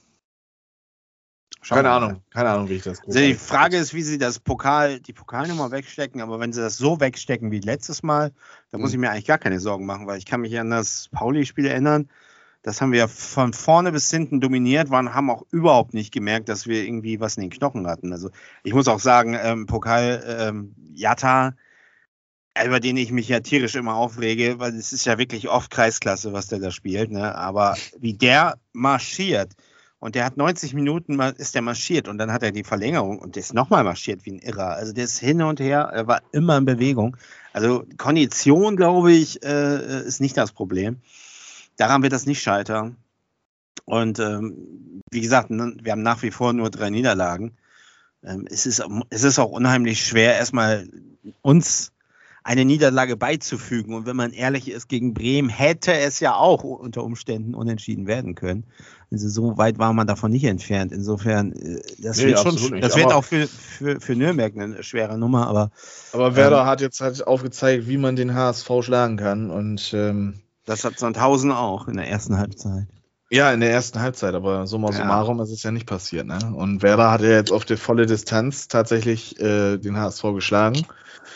Schauen Keine wir mal. Ahnung, keine Ahnung, wie ich das Also die Frage ist, wie sie das Pokal, die Pokalnummer wegstecken, aber wenn sie das so wegstecken wie letztes Mal, dann muss Mhm. ich mir eigentlich gar keine Sorgen machen, weil ich kann mich an das Pauli-Spiel erinnern. Das haben wir ja von vorne bis hinten dominiert, waren, haben auch überhaupt nicht gemerkt, dass wir irgendwie was in den Knochen hatten. Also ich muss auch sagen, ähm, Pokal ähm, Jatta, über den ich mich ja tierisch immer aufrege, weil es ist ja wirklich oft Kreisklasse, was der da spielt, ne? Aber wie der marschiert und der hat neunzig Minuten, mal ist der marschiert und dann hat er die Verlängerung und der ist nochmal marschiert wie ein Irrer. Also der ist hin und her, er war immer in Bewegung. Also Kondition, glaube ich, äh, ist nicht das Problem. Daran wird das nicht scheitern. Und ähm, wie gesagt, wir haben nach wie vor nur drei Niederlagen. Ähm, es ist, es ist auch unheimlich schwer, erstmal uns eine Niederlage beizufügen. Und wenn man ehrlich ist, gegen Bremen hätte es ja auch unter Umständen unentschieden werden können. Also so weit war man davon nicht entfernt. Insofern, das, Nee, wird, schon, absolut nicht. das wird Aber- auch für, für, für Nürnberg eine schwere Nummer. Aber Aber Werder Ähm, hat jetzt halt aufgezeigt, wie man den H S V schlagen kann. Und ähm, das hat Sandhausen auch in der ersten Halbzeit. ja, in der ersten Halbzeit, aber summa Ja. summarum ist es ja nicht passiert. Ne? Und Werder hat ja jetzt auf die volle Distanz tatsächlich äh, den H S V geschlagen.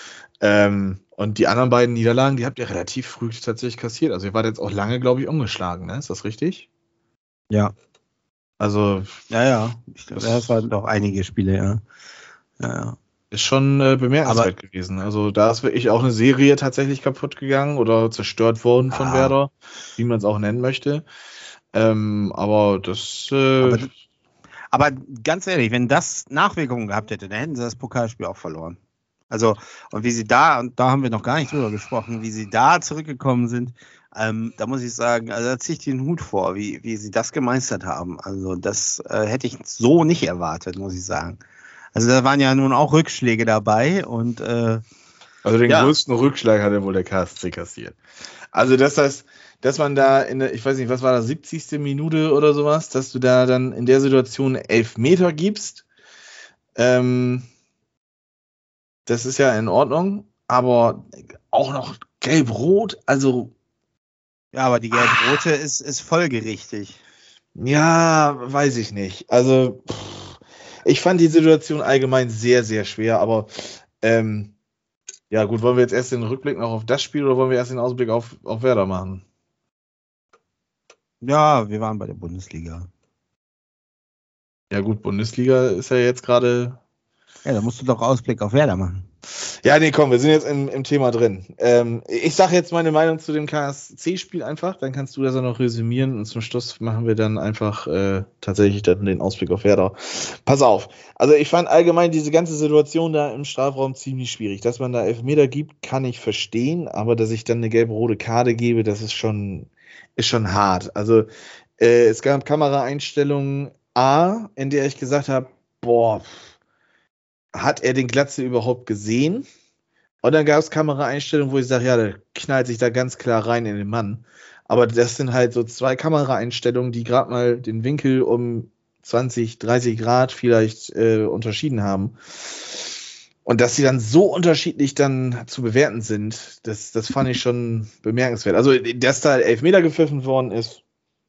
Ähm, und die anderen beiden Niederlagen, die habt ihr relativ früh tatsächlich kassiert. Also ihr wart jetzt auch lange, glaube ich, ungeschlagen. Ne? Ist das richtig? Ja. Also Ja, ja. Ich glaube, das waren doch einige Spiele, ja. Ja, ja. ist schon äh, bemerkenswert gewesen. Also da ist wirklich auch eine Serie tatsächlich kaputt gegangen oder zerstört worden von Ah. Werder, wie man es auch nennen möchte. Ähm, aber das äh, Aber, aber ganz ehrlich, wenn das Nachwirkungen gehabt hätte, dann hätten sie das Pokalspiel auch verloren. Also, und wie sie da, und da haben wir noch gar nicht drüber gesprochen, wie sie da zurückgekommen sind, ähm, da muss ich sagen, also da ziehe ich den Hut vor, wie, wie sie das gemeistert haben. Also, das äh, hätte ich so nicht erwartet, muss ich sagen. Also, da waren ja nun auch Rückschläge dabei und äh, Also den Ja. größten Rückschlag hat ja wohl der K S C kassiert. Also dass das, dass man da in der, ich weiß nicht, was war das, siebzigste Minute oder sowas, dass du da dann in der Situation elf Meter gibst, ähm, das ist ja in Ordnung, aber auch noch gelb-rot, also ja, aber die gelb-rote ist, ist folgerichtig. ja, weiß ich nicht. Also pff, ich fand die Situation allgemein sehr, sehr schwer, aber ähm, ja gut, wollen wir jetzt erst den Rückblick noch auf das Spiel oder wollen wir erst den Ausblick auf, auf Werder machen? Ja, wir waren bei der Bundesliga. Ja gut, Bundesliga ist ja jetzt gerade... Ja, da musst du doch Ausblick auf Werder machen. Ja, nee, komm, wir sind jetzt im, im Thema drin. Ähm, ich sage jetzt meine Meinung zu dem K S C-Spiel einfach, dann kannst du das auch noch resümieren und zum Schluss machen wir dann einfach äh, tatsächlich dann den Ausblick auf Werder. Pass auf, also ich fand allgemein diese ganze Situation da im Strafraum ziemlich schwierig. Dass man da Elfmeter gibt, kann ich verstehen, aber dass ich dann eine gelbe-rote Karte gebe, das ist schon, ist schon hart. Also Äh, es gab Kameraeinstellungen A, in der ich gesagt habe, boah, hat er den Glatze überhaupt gesehen? Und dann gab es Kameraeinstellungen, wo ich sage, ja, der knallt sich da ganz klar rein in den Mann. Aber das sind halt so zwei Kameraeinstellungen, die gerade mal den Winkel um zwanzig, dreißig Grad vielleicht äh, unterschieden haben. Und dass sie dann so unterschiedlich dann zu bewerten sind, das, das fand ich schon bemerkenswert. Also, dass da Elfmeter gepfiffen worden ist,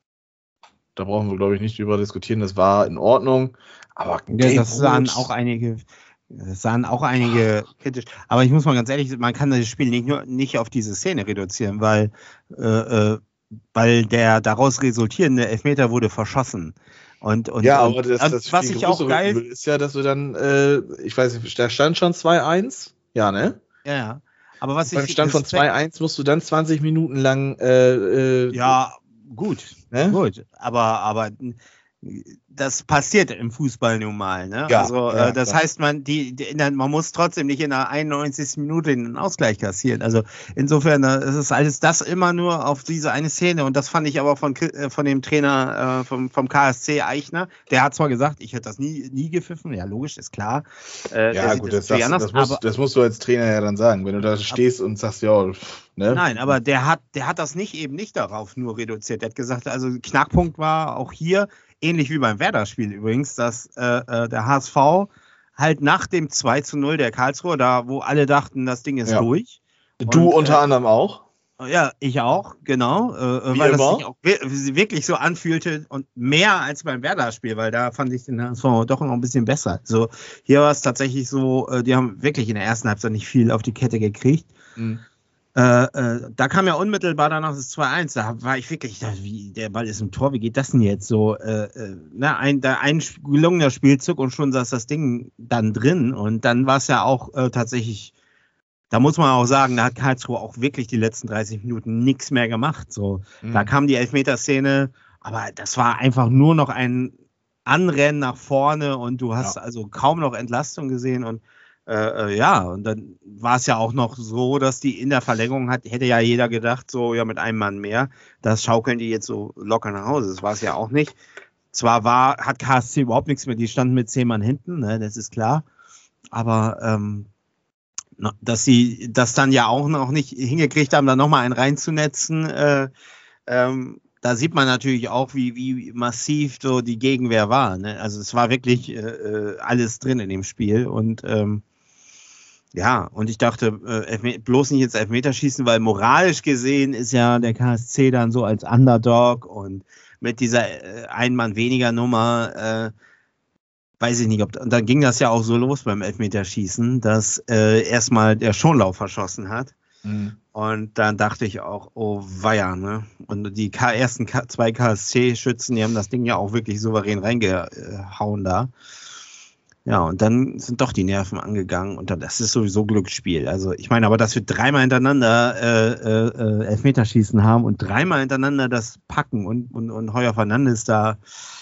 da brauchen wir, glaube ich, nicht drüber diskutieren. Das war in Ordnung. Aber ja, das sahen auch einige, das sahen auch einige kritisch. Aber ich muss mal ganz ehrlich, man kann das Spiel nicht nur nicht auf diese Szene reduzieren, weil, äh, weil der daraus resultierende Elfmeter wurde verschossen. Und, und, ja, und, aber das, und das was ich auch geil ist ja, dass wir dann, äh, ich weiß nicht, da stand schon zwei eins. Ja, ne? Ja, ja. Aber was Beim ich Stand von zwei eins musst du dann zwanzig Minuten lang äh, äh, ja, gut, ne? gut. Aber, aber das passiert im Fußball nun mal. Ne? Ja, also ja, äh, das klar. heißt, man, die, die, man muss trotzdem nicht in der einundneunzigsten Minute den Ausgleich kassieren. Also insofern äh, es ist alles das immer nur auf diese eine Szene. Und das fand ich aber von, äh, von dem Trainer äh, vom, vom K S C Eichner. Der hat zwar gesagt, ich hätte das nie, nie gepfiffen. Ja, logisch, ist klar. Äh, Ja, gut, das, das, anders, das, musst, aber, das musst du als Trainer ja dann sagen, wenn du da stehst und sagst, ja, ne? Nein, aber der hat, der hat das nicht eben nicht darauf nur reduziert. Der hat gesagt, also Knackpunkt war auch hier, ähnlich wie beim Werder-Spiel übrigens, dass äh, äh, der H S V halt nach dem zwei zu null der Karlsruhe, da wo alle dachten, das Ding ist Ja. durch. Du Und, unter äh, anderem auch? Ja, ich auch, genau. Äh, Wie weil immer? das sich auch wir- wirklich so anfühlte und mehr als beim Werder-Spiel, weil da fand ich den H S V doch noch ein bisschen besser. So, hier war es tatsächlich so, äh, die haben wirklich in der ersten Halbzeit nicht viel auf die Kette gekriegt. Mhm. Äh, äh, da kam ja unmittelbar danach das zwei eins, da war ich wirklich, ich dachte, wie, der Ball ist im Tor, wie geht das denn jetzt so? Äh, äh, ne, ein, da, ein gelungener Spielzug und schon saß das Ding dann drin und dann war es ja auch äh, tatsächlich, da muss man auch sagen, da hat Karlsruhe auch wirklich die letzten dreißig Minuten nichts mehr gemacht. So. Mhm. Da kam die Elfmeterszene, aber das war einfach nur noch ein Anrennen nach vorne und du hast Ja. also kaum noch Entlastung gesehen und Äh, ja, und dann war es ja auch noch so, dass die in der Verlängerung hat, hätte ja jeder gedacht, so ja mit einem Mann mehr, das schaukeln die jetzt so locker nach Hause. Das war es ja auch nicht. Zwar war, hat K S C überhaupt nichts mehr, die standen mit zehn Mann hinten, ne, das ist klar. Aber ähm, dass sie das dann ja auch noch nicht hingekriegt haben, da nochmal einen reinzunetzen, äh, ähm, da sieht man natürlich auch, wie, wie massiv so die Gegenwehr war. Ne? Also es war wirklich äh, alles drin in dem Spiel und ähm, ja, und ich dachte, äh, bloß nicht ins Elfmeterschießen, weil moralisch gesehen ist ja der K S C dann so als Underdog und mit dieser äh, Ein-Mann-weniger-Nummer, äh, weiß ich nicht, ob, und dann ging das ja auch so los beim Elfmeterschießen, dass äh, erstmal der Schonlauf verschossen hat. Mhm. Und dann dachte ich auch, oh weia, ne? Und die K- ersten K- zwei K S C-Schützen, die haben das Ding ja auch wirklich souverän reingehauen da. Ja, und dann sind doch die Nerven angegangen und dann, das ist sowieso Glücksspiel. Also ich meine, aber dass wir dreimal hintereinander äh, äh, Elfmeterschießen haben und dreimal hintereinander das packen und, und, und Heuer Fernandes da,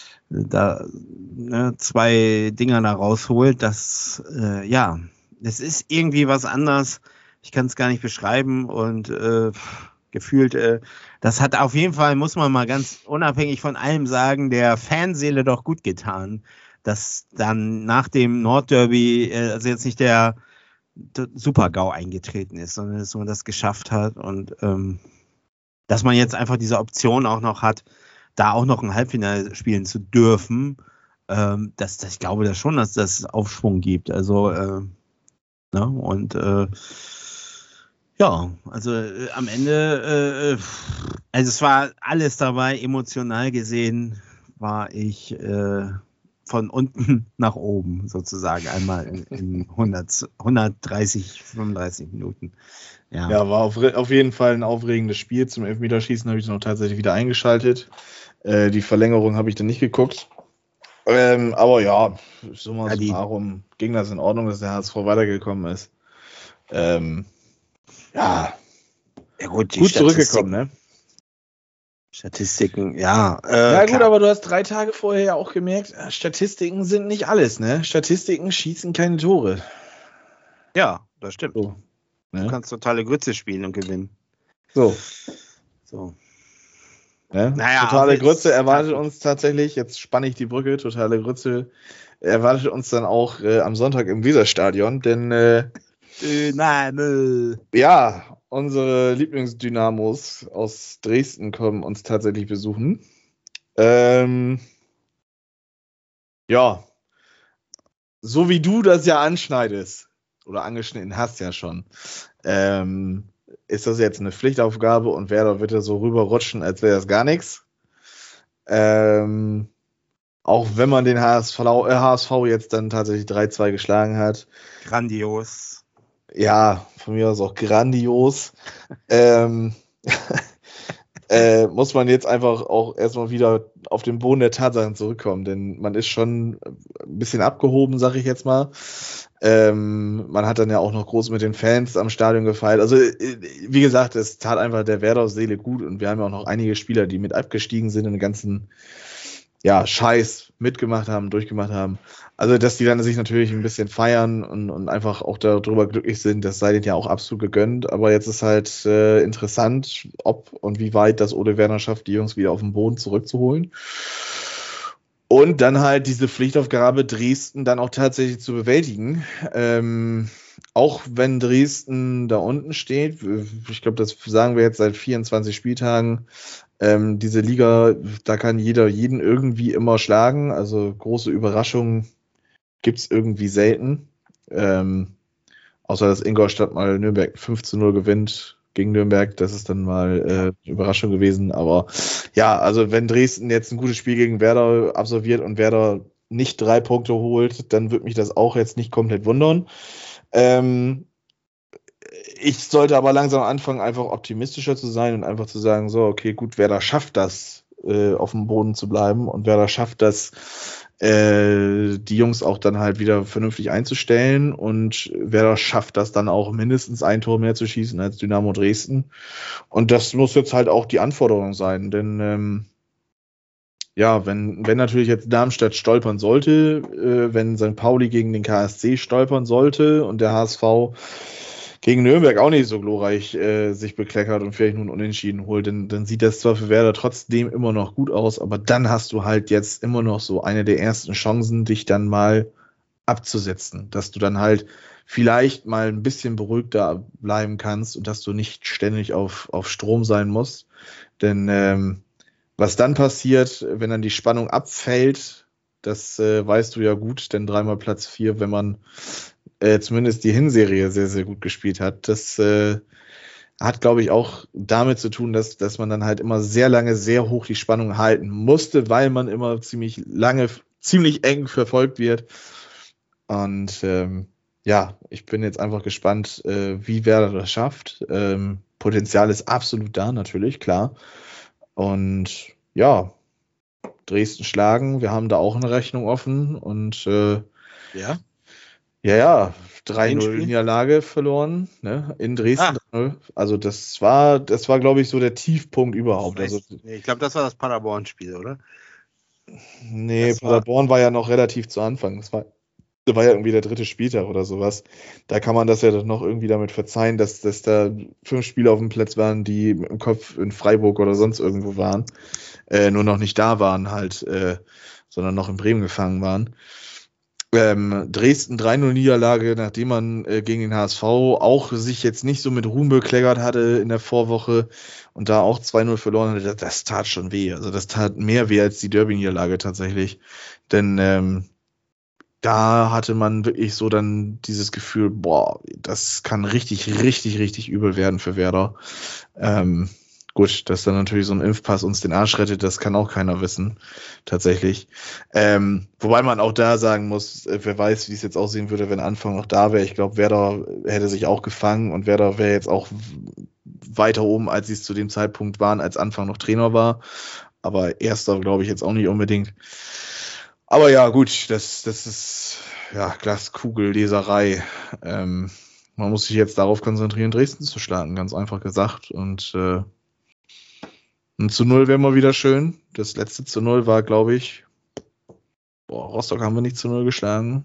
da ne, zwei Dinger da rausholt, das, äh, ja, das ist irgendwie was anderes. Ich kann es gar nicht beschreiben und äh, gefühlt, äh, das hat auf jeden Fall, muss man mal ganz unabhängig von allem sagen, der Fanseele doch gut getan, dass dann nach dem Nordderby, äh, also jetzt nicht der, der Super-GAU eingetreten ist, sondern dass man das geschafft hat und ähm, dass man jetzt einfach diese Option auch noch hat, da auch noch ein Halbfinale spielen zu dürfen, ähm, das, das, ich glaube das schon, dass das Aufschwung gibt. Also, äh, ne, und äh, ja, also äh, am Ende, äh, also es war alles dabei, emotional gesehen, war ich äh, von unten nach oben sozusagen einmal in, in hundert, hundertdreißig, fünfunddreißig Minuten. Ja, Ja, war auf, auf jeden Fall ein aufregendes Spiel. Zum Elfmeterschießen habe ich noch tatsächlich wieder eingeschaltet. Äh, die Verlängerung habe ich dann nicht geguckt. Ähm, aber ja, summa Ja, die- summarum ging das in Ordnung, dass der H S V weitergekommen ist. Ähm, ja, ja gut, die gut Statistik- zurückgekommen, ne? Statistiken, ja. Äh, Ja, gut, klar. aber du hast drei Tage vorher ja auch gemerkt, äh, Statistiken sind nicht alles, ne? Statistiken schießen keine Tore. Ja, das stimmt. So. Oh, Du Ne? kannst totale Grütze spielen und gewinnen. So. So. Ne? Naja, totale aber Grütze es- erwartet uns tatsächlich, jetzt spanne ich die Brücke, totale Grütze erwartet uns dann auch äh, am Sonntag im Weserstadion, denn äh, Dynamo. ja, unsere Lieblingsdynamos aus Dresden kommen uns tatsächlich besuchen. Ähm, ja, so wie du das ja anschneidest oder angeschnitten hast ja schon, ähm, ist das jetzt eine Pflichtaufgabe und Werder wird da so rüberrutschen, als wäre das gar nichts. Ähm, auch wenn man den H S V, äh, H S V jetzt dann tatsächlich drei zwei geschlagen hat. Grandios. Ja, von mir aus auch grandios. ähm, äh, muss man jetzt einfach auch erstmal wieder auf den Boden der Tatsachen zurückkommen, denn man ist schon ein bisschen abgehoben, sag ich jetzt mal. Ähm, man hat dann ja auch noch groß mit den Fans am Stadion gefeiert. Also, äh, wie gesagt, es tat einfach der Werder-Seele gut und wir haben ja auch noch einige Spieler, die mit abgestiegen sind und den ganzen ja, Scheiß mitgemacht haben, durchgemacht haben. Also, dass die dann sich natürlich ein bisschen feiern und, und einfach auch darüber glücklich sind, das sei denen ja auch absolut gegönnt. Aber jetzt ist halt äh, interessant, ob und wie weit das Ole Werner schafft, die Jungs wieder auf den Boden zurückzuholen. Und dann halt diese Pflichtaufgabe, Dresden dann auch tatsächlich zu bewältigen. Ähm, auch wenn Dresden da unten steht, ich glaube, das sagen wir jetzt seit vierundzwanzig Spieltagen, ähm, diese Liga, da kann jeder jeden irgendwie immer schlagen. Also große Überraschungen gibt es irgendwie selten. Ähm, außer dass Ingolstadt mal Nürnberg fünf zu null gewinnt gegen Nürnberg. Das ist dann mal äh, eine Überraschung gewesen. Aber ja, also wenn Dresden jetzt ein gutes Spiel gegen Werder absolviert und Werder nicht drei Punkte holt, dann würde mich das auch jetzt nicht komplett wundern. Ähm, ich sollte aber langsam anfangen, einfach optimistischer zu sein und einfach zu sagen, so, okay, gut, Werder schafft das, äh, auf dem Boden zu bleiben und Werder schafft das, äh, die Jungs auch dann halt wieder vernünftig einzustellen und Werder schafft das dann auch mindestens ein Tor mehr zu schießen als Dynamo Dresden. Und das muss jetzt halt auch die Anforderung sein, denn ähm, ja, wenn, wenn natürlich jetzt Darmstadt stolpern sollte, äh, wenn Sankt Pauli gegen den K S C stolpern sollte und der H S V gegen Nürnberg auch nicht so glorreich äh, sich bekleckert und vielleicht nur einen Unentschieden holt, dann, dann sieht das zwar für Werder trotzdem immer noch gut aus, aber dann hast du halt jetzt immer noch so eine der ersten Chancen, dich dann mal abzusetzen, dass du dann halt vielleicht mal ein bisschen beruhigter bleiben kannst und dass du nicht ständig auf, auf Strom sein musst. Denn ähm, was dann passiert, wenn dann die Spannung abfällt, das äh, weißt du ja gut, denn dreimal Platz vier, wenn man äh, zumindest die Hinserie sehr, sehr gut gespielt hat. Das äh, hat, glaube ich, auch damit zu tun, dass, dass man dann halt immer sehr lange, sehr hoch die Spannung halten musste, weil man immer ziemlich lange, ziemlich eng verfolgt wird. Und ähm, ja, ich bin jetzt einfach gespannt, äh, wie Werder das schafft. Ähm, Potenzial ist absolut da, natürlich, klar. Und ja, Dresden schlagen, wir haben da auch eine Rechnung offen und äh, Ja. ja, ja, drei null Hinspiel? Niederlage verloren, ne, in Dresden. Ah. drei null. Also das war, das war, glaube ich, so der Tiefpunkt überhaupt. Ich, Also, weiß, ich glaube, das war das Paderborn-Spiel, oder? nee, Das war- Paderborn war ja noch relativ zu Anfang. Das war, das war ja irgendwie der dritte Spieltag oder sowas. Da kann man das ja doch noch irgendwie damit verzeihen, dass, dass da fünf Spieler auf dem Platz waren, die im Kopf in Freiburg oder sonst irgendwo waren. Äh, nur noch nicht da waren halt, äh, sondern noch in Bremen gefangen waren. Ähm, Dresden drei null Niederlage, nachdem man äh, gegen den H S V auch sich jetzt nicht so mit Ruhm bekleckert hatte in der Vorwoche und da auch zwei null verloren hatte, das, das tat schon weh. Also das tat mehr weh als die Derby-Niederlage tatsächlich. Denn ähm, da hatte man wirklich so dann dieses Gefühl, boah, das kann richtig, richtig, richtig übel werden für Werder. Ähm, gut, dass dann natürlich so ein Impfpass uns den Arsch rettet, das kann auch keiner wissen, tatsächlich. Ähm, wobei man auch da sagen muss, äh, wer weiß, wie es jetzt aussehen würde, wenn Anfang noch da wäre. Ich glaube, Werder hätte sich auch gefangen und Werder wäre jetzt auch weiter oben, als sie es zu dem Zeitpunkt waren, als Anfang noch Trainer war. Aber Erster glaube ich jetzt auch nicht unbedingt. Aber ja, gut, das, das ist ja Glaskugelleserei. Ähm, man muss sich jetzt darauf konzentrieren, Dresden zu schlagen, ganz einfach gesagt. Und äh, ein zu null wäre mal wieder schön. Das letzte zu null war, glaube ich, boah, Rostock haben wir nicht zu null geschlagen.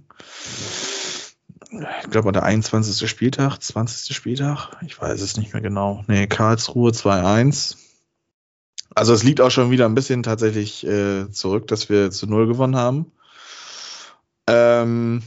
Ich glaube, der einundzwanzigste Spieltag, zwanzigste Spieltag, ich weiß es nicht mehr genau. Nee, Karlsruhe zwei eins. Also es liegt auch schon wieder ein bisschen tatsächlich äh, zurück, dass wir zu null gewonnen haben. Ähm,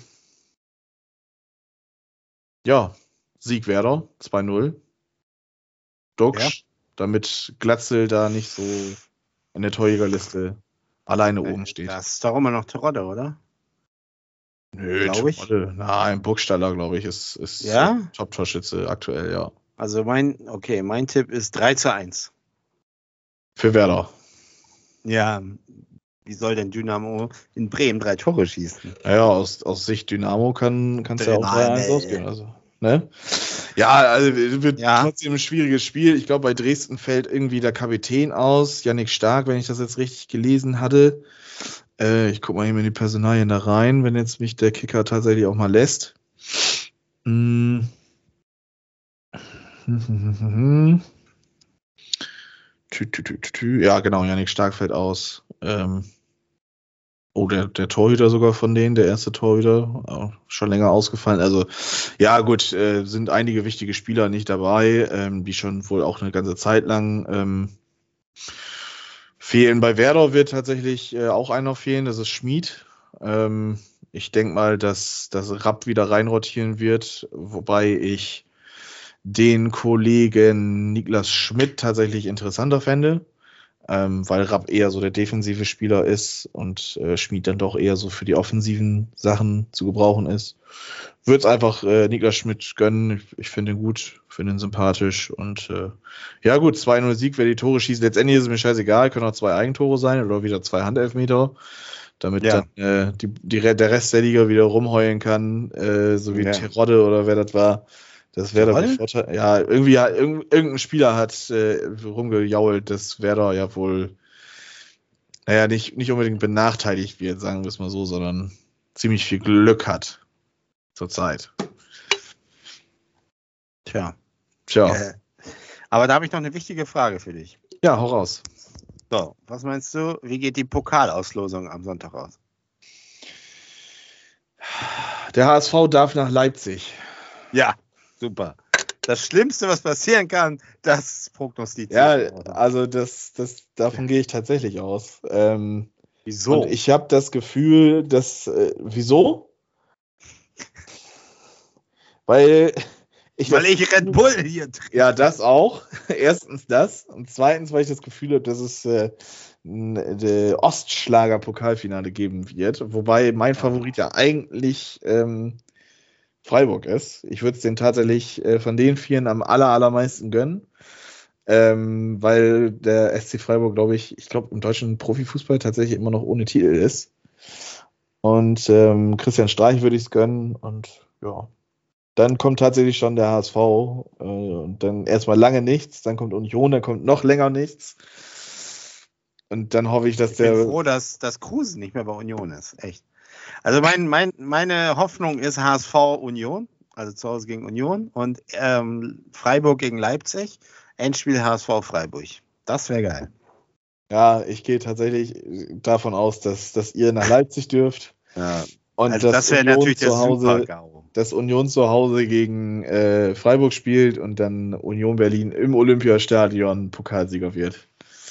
ja, Sieg Werder, zwei null. Duxch, ja. Damit Glatzel da nicht so in der Torjägerliste alleine äh, oben steht. Das ist doch immer noch Terodde, oder? Nö, Terodde. Nein, Burgstaller, glaube ich, ist, ist ja? Top-Torschütze aktuell, ja. Also mein, okay, mein Tipp ist drei zu eins. Für Werder. Ja, wie soll denn Dynamo in Bremen drei Tore schießen? Naja, aus, aus Sicht Dynamo kann es ja auch drei eins ausgehen. Also, ne? Ja, also wird ja. trotzdem ein schwieriges Spiel. Ich glaube, bei Dresden fällt irgendwie der Kapitän aus, Yannick Stark, wenn ich das jetzt richtig gelesen hatte. Äh, ich gucke mal eben in die Personalien da rein, wenn jetzt mich der Kicker tatsächlich auch mal lässt. Hm. Tü, tü, tü, tü. Ja, genau, Yannick Stark fällt aus. Ähm, oh, der, der Torhüter sogar von denen, der erste Torhüter, auch schon länger ausgefallen. Also, ja, gut, äh, sind einige wichtige Spieler nicht dabei, ähm, die schon wohl auch eine ganze Zeit lang ähm, fehlen. Bei Werder wird tatsächlich äh, auch einer fehlen, das ist Schmid. Ähm, ich denke mal, dass, dass Rapp wieder reinrotieren wird, wobei ich den Kollegen Niklas Schmidt tatsächlich interessanter fände, ähm, weil Rapp eher so der defensive Spieler ist und äh, Schmid dann doch eher so für die offensiven Sachen zu gebrauchen ist. Würde es einfach äh, Niklas Schmidt gönnen. Ich, ich finde ihn gut, finde ihn sympathisch und äh, ja gut, zwei null Sieg, wer die Tore schießt. Letztendlich ist es mir scheißegal, können auch zwei Eigentore sein oder wieder zwei Handelfmeter, damit ja. dann äh, die, die, der Rest der Liga wieder rumheulen kann, äh, so wie ja. Terodde oder wer das war. Das wäre der Vorteil. Ja, irgendwie ja, irgendein Spieler hat äh, rumgejault, dass Werder ja wohl, naja, nicht, nicht unbedingt benachteiligt wird, sagen wir es mal so, sondern ziemlich viel Glück hat zurzeit. Tja. Tja. Äh, aber da habe ich noch eine wichtige Frage für dich. Ja, hau raus. So, was meinst du, wie geht die Pokalauslosung am Sonntag aus? Der H S V darf nach Leipzig. Ja. Super. Das Schlimmste, was passieren kann, das prognostiziert. Ja, also das, das, davon gehe ich tatsächlich aus. Ähm, wieso? Und ich habe das Gefühl, dass, äh, wieso? Weil ich, weil ich Red Bull hier trinke. Ja, das auch. Erstens das. Und zweitens, weil ich das Gefühl habe, dass es äh, ein Ostschlager-Pokalfinale geben wird. Wobei mein Favorit ja eigentlich ähm, Freiburg ist. Ich würde es denen tatsächlich äh, von den Vieren am aller, allermeisten gönnen, ähm, weil der S C Freiburg, glaube ich, ich glaube im deutschen Profifußball tatsächlich immer noch ohne Titel ist. Und ähm, Christian Streich würde ich es gönnen und ja, dann kommt tatsächlich schon der H S V äh, und dann erstmal lange nichts, dann kommt Union, dann kommt noch länger nichts und dann hoffe ich, dass ich der... Ich bin froh, dass, dass Kruse nicht mehr bei Union ist, echt. Also mein, mein, meine Hoffnung ist H S V Union, also zu Hause gegen Union und ähm, Freiburg gegen Leipzig, Endspiel H S V Freiburg. Das wäre geil. Ja, ich gehe tatsächlich davon aus, dass, dass ihr nach Leipzig dürft. Ja. Und also das wäre natürlich der Super-GAU. Dass Union zu Hause gegen äh, Freiburg spielt und dann Union Berlin im Olympiastadion Pokalsieger wird.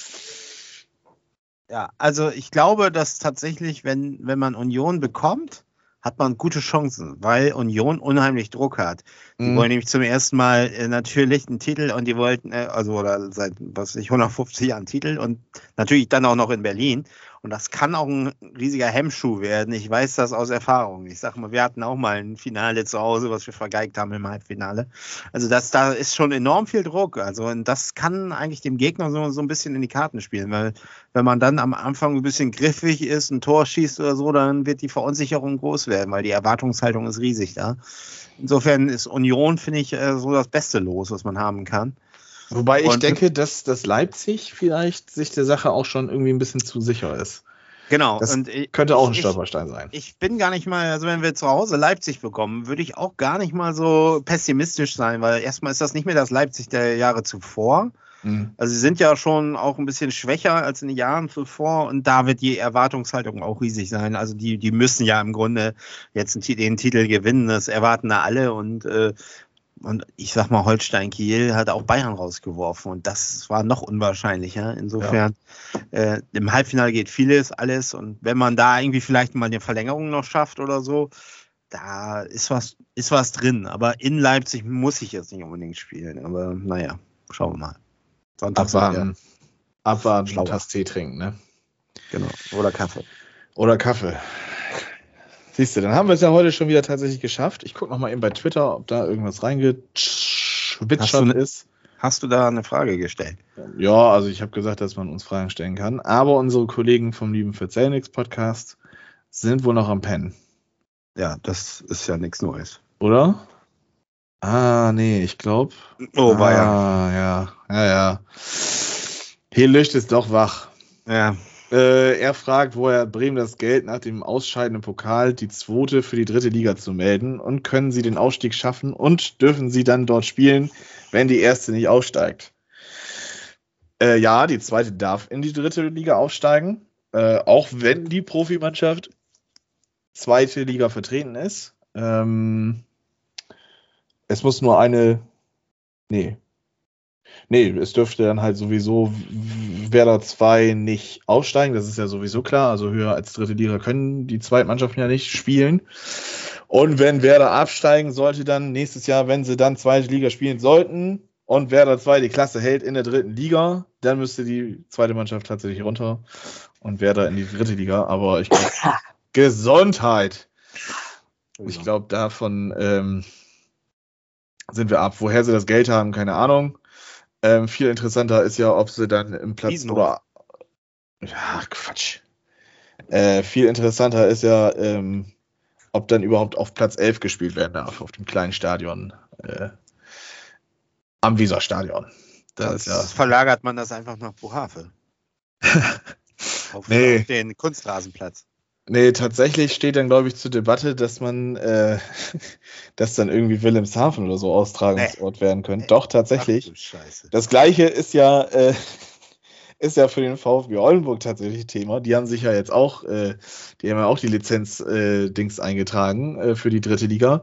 Ja, also ich glaube, dass tatsächlich, wenn, wenn man Union bekommt, hat man gute Chancen, weil Union unheimlich Druck hat. Die mhm. wollen nämlich zum ersten Mal äh, natürlich einen Titel und die wollten, äh, also oder seit, was weiß ich, hundertfünfzig Jahren Titel und natürlich dann auch noch in Berlin. Und das kann auch ein riesiger Hemmschuh werden. Ich weiß das aus Erfahrung. Ich sag mal, wir hatten auch mal ein Finale zu Hause, was wir vergeigt haben im Halbfinale. Also das, da ist schon enorm viel Druck. Also und das kann eigentlich dem Gegner so, so ein bisschen in die Karten spielen, weil wenn man dann am Anfang ein bisschen griffig ist, ein Tor schießt oder so, dann wird die Verunsicherung groß werden, weil die Erwartungshaltung ist riesig da. Insofern ist Union, finde ich, so das beste Los, was man haben kann. Wobei ich und, denke, dass, dass Leipzig vielleicht sich der Sache auch schon irgendwie ein bisschen zu sicher ist. Genau. Das und ich, könnte auch ein Stolperstein sein. Ich bin gar nicht mal, also wenn wir zu Hause Leipzig bekommen, würde ich auch gar nicht mal so pessimistisch sein, weil erstmal ist das nicht mehr das Leipzig der Jahre zuvor. Mhm. Also sie sind ja schon auch ein bisschen schwächer als in den Jahren zuvor und da wird die Erwartungshaltung auch riesig sein. Also die, die müssen ja im Grunde jetzt den Titel gewinnen, das erwarten da alle und äh, Und ich sag mal, Holstein Kiel hat auch Bayern rausgeworfen und das war noch unwahrscheinlicher. Insofern, ja. äh, im Halbfinale geht vieles, alles und wenn man da irgendwie vielleicht mal eine Verlängerung noch schafft oder so, da ist was, ist was drin. Aber in Leipzig muss ich jetzt nicht unbedingt spielen. Aber naja, schauen wir mal. Sonntag abwarten, abwarten und Tasse Tee trinken, ne? Genau, oder Kaffee. Oder Kaffee. Siehst du, dann haben wir es ja heute schon wieder tatsächlich geschafft. Ich gucke nochmal eben bei Twitter, ob da irgendwas reingewitschert ist. Hast du da eine Frage gestellt? Ja, also ich habe gesagt, dass man uns Fragen stellen kann. Aber unsere Kollegen vom lieben Verzähl nix Podcast sind wohl noch am Pennen. Ja, das ist ja nichts Neues. Oder? Ah, nee, ich glaube. Oh, war ah, ja. Ja, ja, ja. Hier Licht ist doch wach. Ja. Äh, er fragt, woher Bremen das Geld nach dem Ausscheiden im Pokal die zweite für die dritte Liga zu melden und können sie den Aufstieg schaffen und dürfen sie dann dort spielen, wenn die erste nicht aufsteigt. Äh, ja, die zweite darf in die dritte Liga aufsteigen, äh, auch wenn die Profimannschaft zweite Liga vertreten ist. Ähm, es muss nur eine, nee, Nee, es dürfte dann halt sowieso Werder zwei nicht aufsteigen, das ist ja sowieso klar, also höher als dritte Liga können die Zweitmannschaften ja nicht spielen. Und wenn Werder absteigen sollte dann nächstes Jahr, wenn sie dann zweite Liga spielen sollten und Werder zwei die Klasse hält in der dritten Liga, dann müsste die zweite Mannschaft tatsächlich runter und Werder in die dritte Liga, aber ich glaube, Gesundheit. Ich glaube, davon ähm, sind wir ab. Woher sie das Geld haben, keine Ahnung. Ähm, viel interessanter ist ja, ob sie dann im Platz Diesen oder ja, Quatsch. Äh, viel interessanter ist ja, ähm, ob dann überhaupt auf Platz elf gespielt werden darf, auf dem kleinen Stadion äh, am Weserstadion. Das ist ja, verlagert man das einfach nach Bohave. auf, nee. auf den Kunstrasenplatz. Nee, tatsächlich steht dann, glaube ich, zur Debatte, dass man, äh, dass dann irgendwie Wilhelmshaven oder so Austragungsort nee. werden könnte. Doch, tatsächlich. Ach, das Gleiche ist ja, äh, ist ja für den VfB Oldenburg tatsächlich Thema. Die haben sich ja jetzt auch, äh, die haben ja auch die Lizenz-Dings äh, eingetragen äh, für die dritte Liga.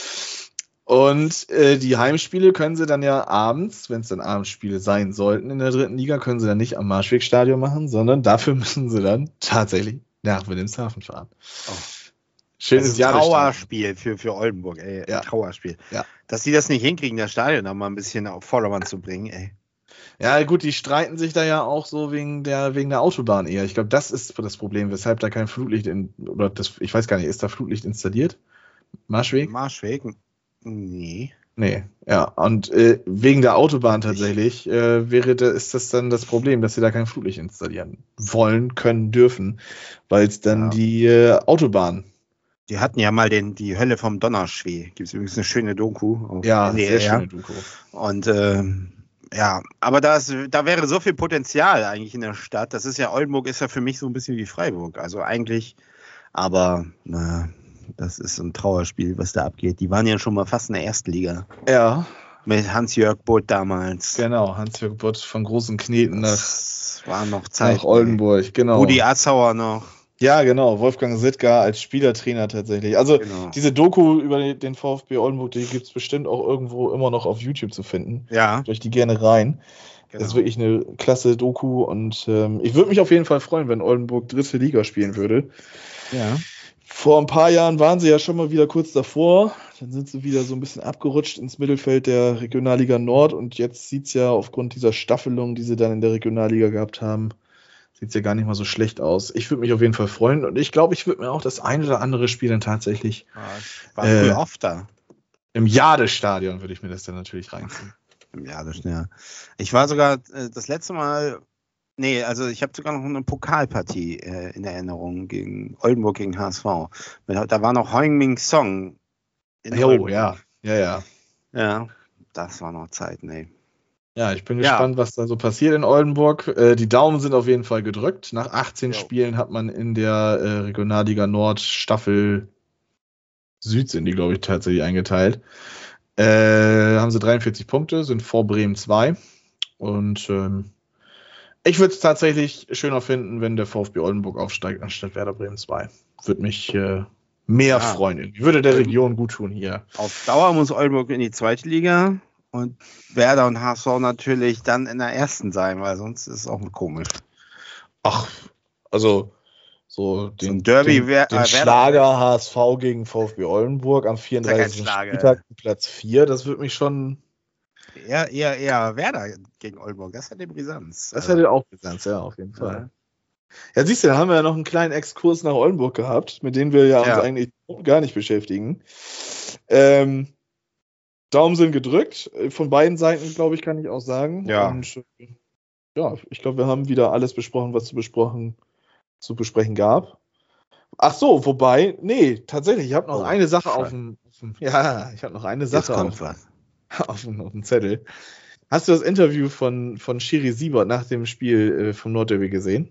Und äh, die Heimspiele können sie dann ja abends, wenn es dann Abendspiele sein sollten in der dritten Liga, können sie dann nicht am Marschwegstadion machen, sondern dafür müssen sie dann tatsächlich nach Wilhelmshaven fahren. Oh. Schönes Jahr. Trauerspiel für, für Oldenburg, ey. Ja. Trauerspiel. Ja. Dass die das nicht hinkriegen, das Stadion noch mal ein bisschen auf Vordermann zu bringen, ey. Ja, gut, die streiten sich da ja auch so wegen der, wegen der Autobahn eher. Ich glaube, das ist das Problem, weshalb da kein Flutlicht in, oder das, ich weiß gar nicht, ist da Flutlicht installiert? Marschweg? Marschweg? Nee. Nee, ja. Und äh, wegen der Autobahn tatsächlich äh, wäre da, ist das dann das Problem, dass sie da kein Flutlicht installieren wollen, können, dürfen, weil es dann ja. die äh, Autobahn. Die hatten ja mal den, die Hölle vom Donnerschwee. Gibt es übrigens eine schöne Doku. Auf ja, N D R. Sehr schöne Doku. Und ähm, ja, aber da, ist, da wäre so viel Potenzial eigentlich in der Stadt. Das ist ja, Oldenburg ist ja für mich so ein bisschen wie Freiburg. Also eigentlich, aber na, das ist ein Trauerspiel, was da abgeht. Die waren ja schon mal fast in der ersten Liga. Ja. Mit Hans-Jörg Butt damals. Genau, Hans-Jörg Butt von Großen Kneten nach, das war noch Zeit, nach Oldenburg. Genau. Rudi Atzauer noch. Ja, genau, Wolfgang Sittger als Spielertrainer tatsächlich. Also genau. Diese Doku über den VfB Oldenburg, die gibt es bestimmt auch irgendwo immer noch auf YouTube zu finden. Ja. Durch die gerne rein. Genau. Das ist wirklich eine klasse Doku und ähm, ich würde mich auf jeden Fall freuen, wenn Oldenburg dritte Liga spielen würde. Ja. Vor ein paar Jahren waren sie ja schon mal wieder kurz davor. Dann sind sie wieder so ein bisschen abgerutscht ins Mittelfeld der Regionalliga Nord und jetzt sieht es ja aufgrund dieser Staffelung, die sie dann in der Regionalliga gehabt haben, sieht es ja gar nicht mal so schlecht aus. Ich würde mich auf jeden Fall freuen und ich glaube, ich würde mir auch das ein oder andere Spiel dann tatsächlich war früher äh, oft da. Im Jade-Stadion würde ich mir das dann natürlich reinziehen. Im Jade, ja. Ich war sogar äh, das letzte Mal, nee, also ich habe sogar noch eine Pokalpartie äh, in Erinnerung gegen Oldenburg gegen H S V. Da war noch Heung-Min Song. Jo, ja, ja, ja. Ja, das war noch Zeit, nee. Ja, ich bin gespannt, ja. was da so passiert in Oldenburg. Äh, die Daumen sind auf jeden Fall gedrückt. Nach achtzehn jo. Spielen hat man in der äh, Regionalliga Nord Staffel Süd sind die, glaube ich, tatsächlich eingeteilt. Äh, haben sie dreiundvierzig Punkte, sind vor Bremen zwei. Und ähm, ich würde es tatsächlich schöner finden, wenn der VfB Oldenburg aufsteigt, anstatt Werder Bremen zwei. Würde mich, äh, mehr Ja. freuen. Irgendwie. Würde der Region gut tun hier. Auf Dauer muss Oldenburg in die zweite Liga und Werder und H S V natürlich dann in der ersten sein, weil sonst ist es auch komisch. Ach, also so So den, ein Derby den, wär- den äh, Werder- Schlager H S V gegen VfB Oldenburg am vierunddreißigsten Schlager. Spieltag, Platz vier, das würde mich schon, Eher, eher, eher Werder gegen Oldenburg, das hätte Brisanz. das Also, hätte auch gesagt, ja, auf jeden Fall. ja. Ja, siehst du, da haben wir ja noch einen kleinen Exkurs nach Oldenburg gehabt, mit dem wir ja, Ja. uns eigentlich gar nicht beschäftigen. Ähm, Daumen sind gedrückt, von beiden Seiten, glaube ich, kann ich auch sagen. Ja. Und äh, ja, ich glaube, wir haben wieder alles besprochen, was zu besprochen, zu besprechen gab. Ach so, wobei, nee, tatsächlich, ich habe noch Oh, eine Sache Scheiße. auf dem, auf dem, ja, ich habe noch eine Jetzt Sache kommt auf, was. auf, dem, auf dem Zettel. Hast du das Interview von, von Schiri Siebert nach dem Spiel äh, vom Nordderby gesehen?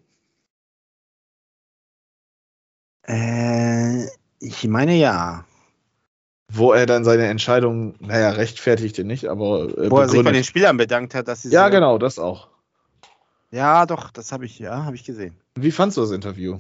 Äh, ich meine ja. Wo er dann seine Entscheidung, naja, rechtfertigte nicht, aber äh, Wo er sich bei den begründet. Spielern bedankt hat, dass sie Ja, so- genau, das auch. Ja, doch, das habe ich, ja, habe ich gesehen. Wie fandst du das Interview?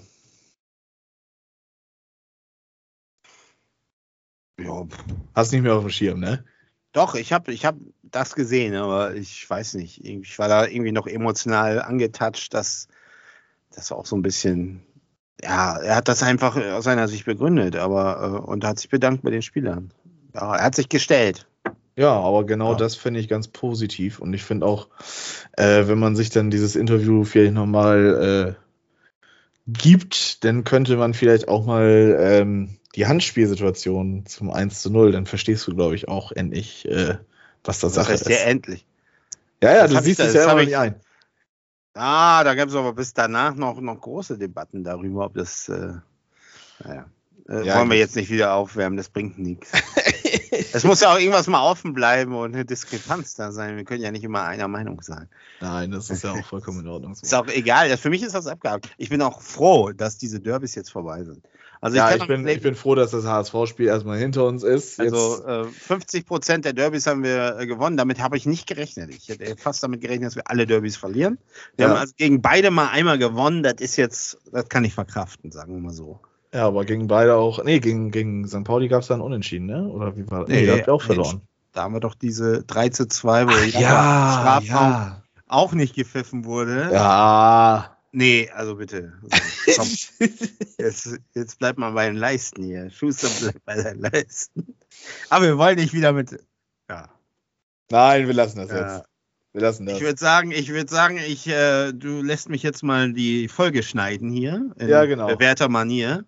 Ja, pff. Hast nicht mehr auf dem Schirm, ne? Doch, ich habe ich hab das gesehen, aber ich weiß nicht. irgendwie- Ich war da irgendwie noch emotional angetatscht, dass das auch so ein bisschen, ja, er hat das einfach aus seiner Sicht begründet, aber äh, und hat sich bedankt bei den Spielern. Ja, er hat sich gestellt. Ja, aber genau Ja. das finde ich ganz positiv. Und ich finde auch, äh, wenn man sich dann dieses Interview vielleicht nochmal äh, gibt, dann könnte man vielleicht auch mal ähm, die Handspielsituation zum eins zu null, dann verstehst du, glaube ich, auch endlich, äh, was das Das Sache heißt ist. ja endlich. Ja, ja, das du hab ich siehst da- es das ja hab immer ich- nicht ein. Ah, da gab es aber bis danach noch, noch große Debatten darüber, ob das, äh, naja, äh, Ja, wollen wir das- jetzt nicht wieder aufwärmen, das bringt nichts. Es muss ja auch irgendwas mal offen bleiben und eine Diskrepanz da sein. Wir können ja nicht immer einer Meinung sein. Nein, das ist ja auch vollkommen in Ordnung. Ist auch egal, das, für mich ist das abgehakt. Ich bin auch froh, dass diese Derbys jetzt vorbei sind. Also Ja, kann ich auch bin, leben. ich bin froh, dass das H S V-Spiel erstmal hinter uns ist. Also Jetzt, äh, fünfzig Prozent der Derbys haben wir äh, gewonnen. Damit habe ich nicht gerechnet. Ich hätte fast damit gerechnet, dass wir alle Derbys verlieren. Wir Ja. haben also gegen beide mal einmal gewonnen. Das ist jetzt, das kann ich verkraften, sagen wir mal so. ja, aber gegen beide auch. Nee, gegen, gegen Sankt Pauli gab es dann Unentschieden, ne? Oder wie war das? Nee, Nee, da habt ihr auch nee, verloren. Da haben wir doch diese drei zu zwei, wo Ach, ja, Strafraum ja. auch nicht gepfiffen wurde. Ja. Nee, also bitte. Also, komm. Jetzt, jetzt bleibt mal bei den Leisten hier. Schuster bleibt bei den Leisten. Aber wir wollen nicht wieder mit. Ja. Nein, wir lassen das Ja. jetzt. Wir lassen das. Ich würde sagen, ich würde sagen, ich, äh, du lässt mich jetzt mal die Folge schneiden hier. In Ja, genau. bewährter Manier.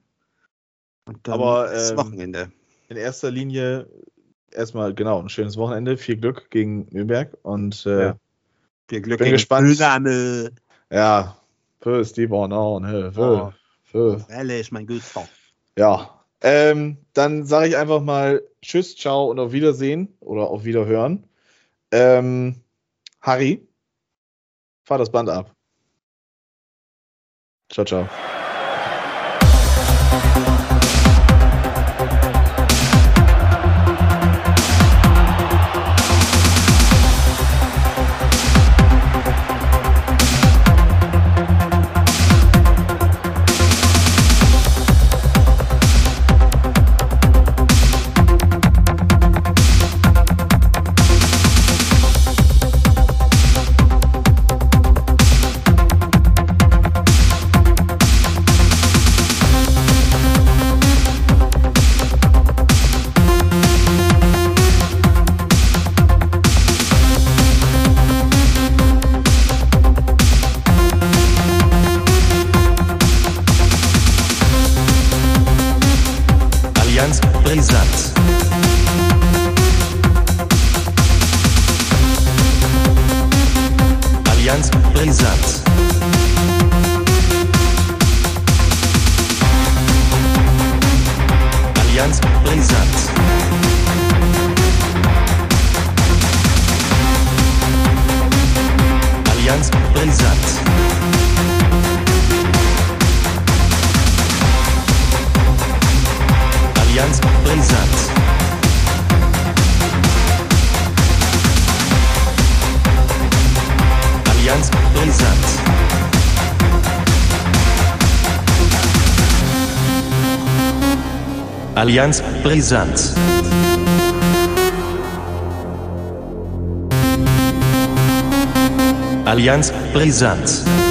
Und dann Aber, ist ähm, Wochenende. In erster Linie erstmal, genau, ein schönes Wochenende. Viel Glück gegen Nürnberg. Und äh, Ja. Viel Glück bin gegen gespannt. Müllnahme. ja, für Steve Ornaun, für, Oh. für. Ehrlich, mein Gusto. Ja. Ähm, dann sage ich einfach mal Tschüss, ciao und auf Wiedersehen oder auf Wiederhören. Ähm, Harry, fahr das Band ab. Ciao, ciao. Allianz brisant. Allianz brisant. Allianz brisant. Allianz brisant. Allianz brisant. Allianz brisant. Allianz brisant. Allianz brisant.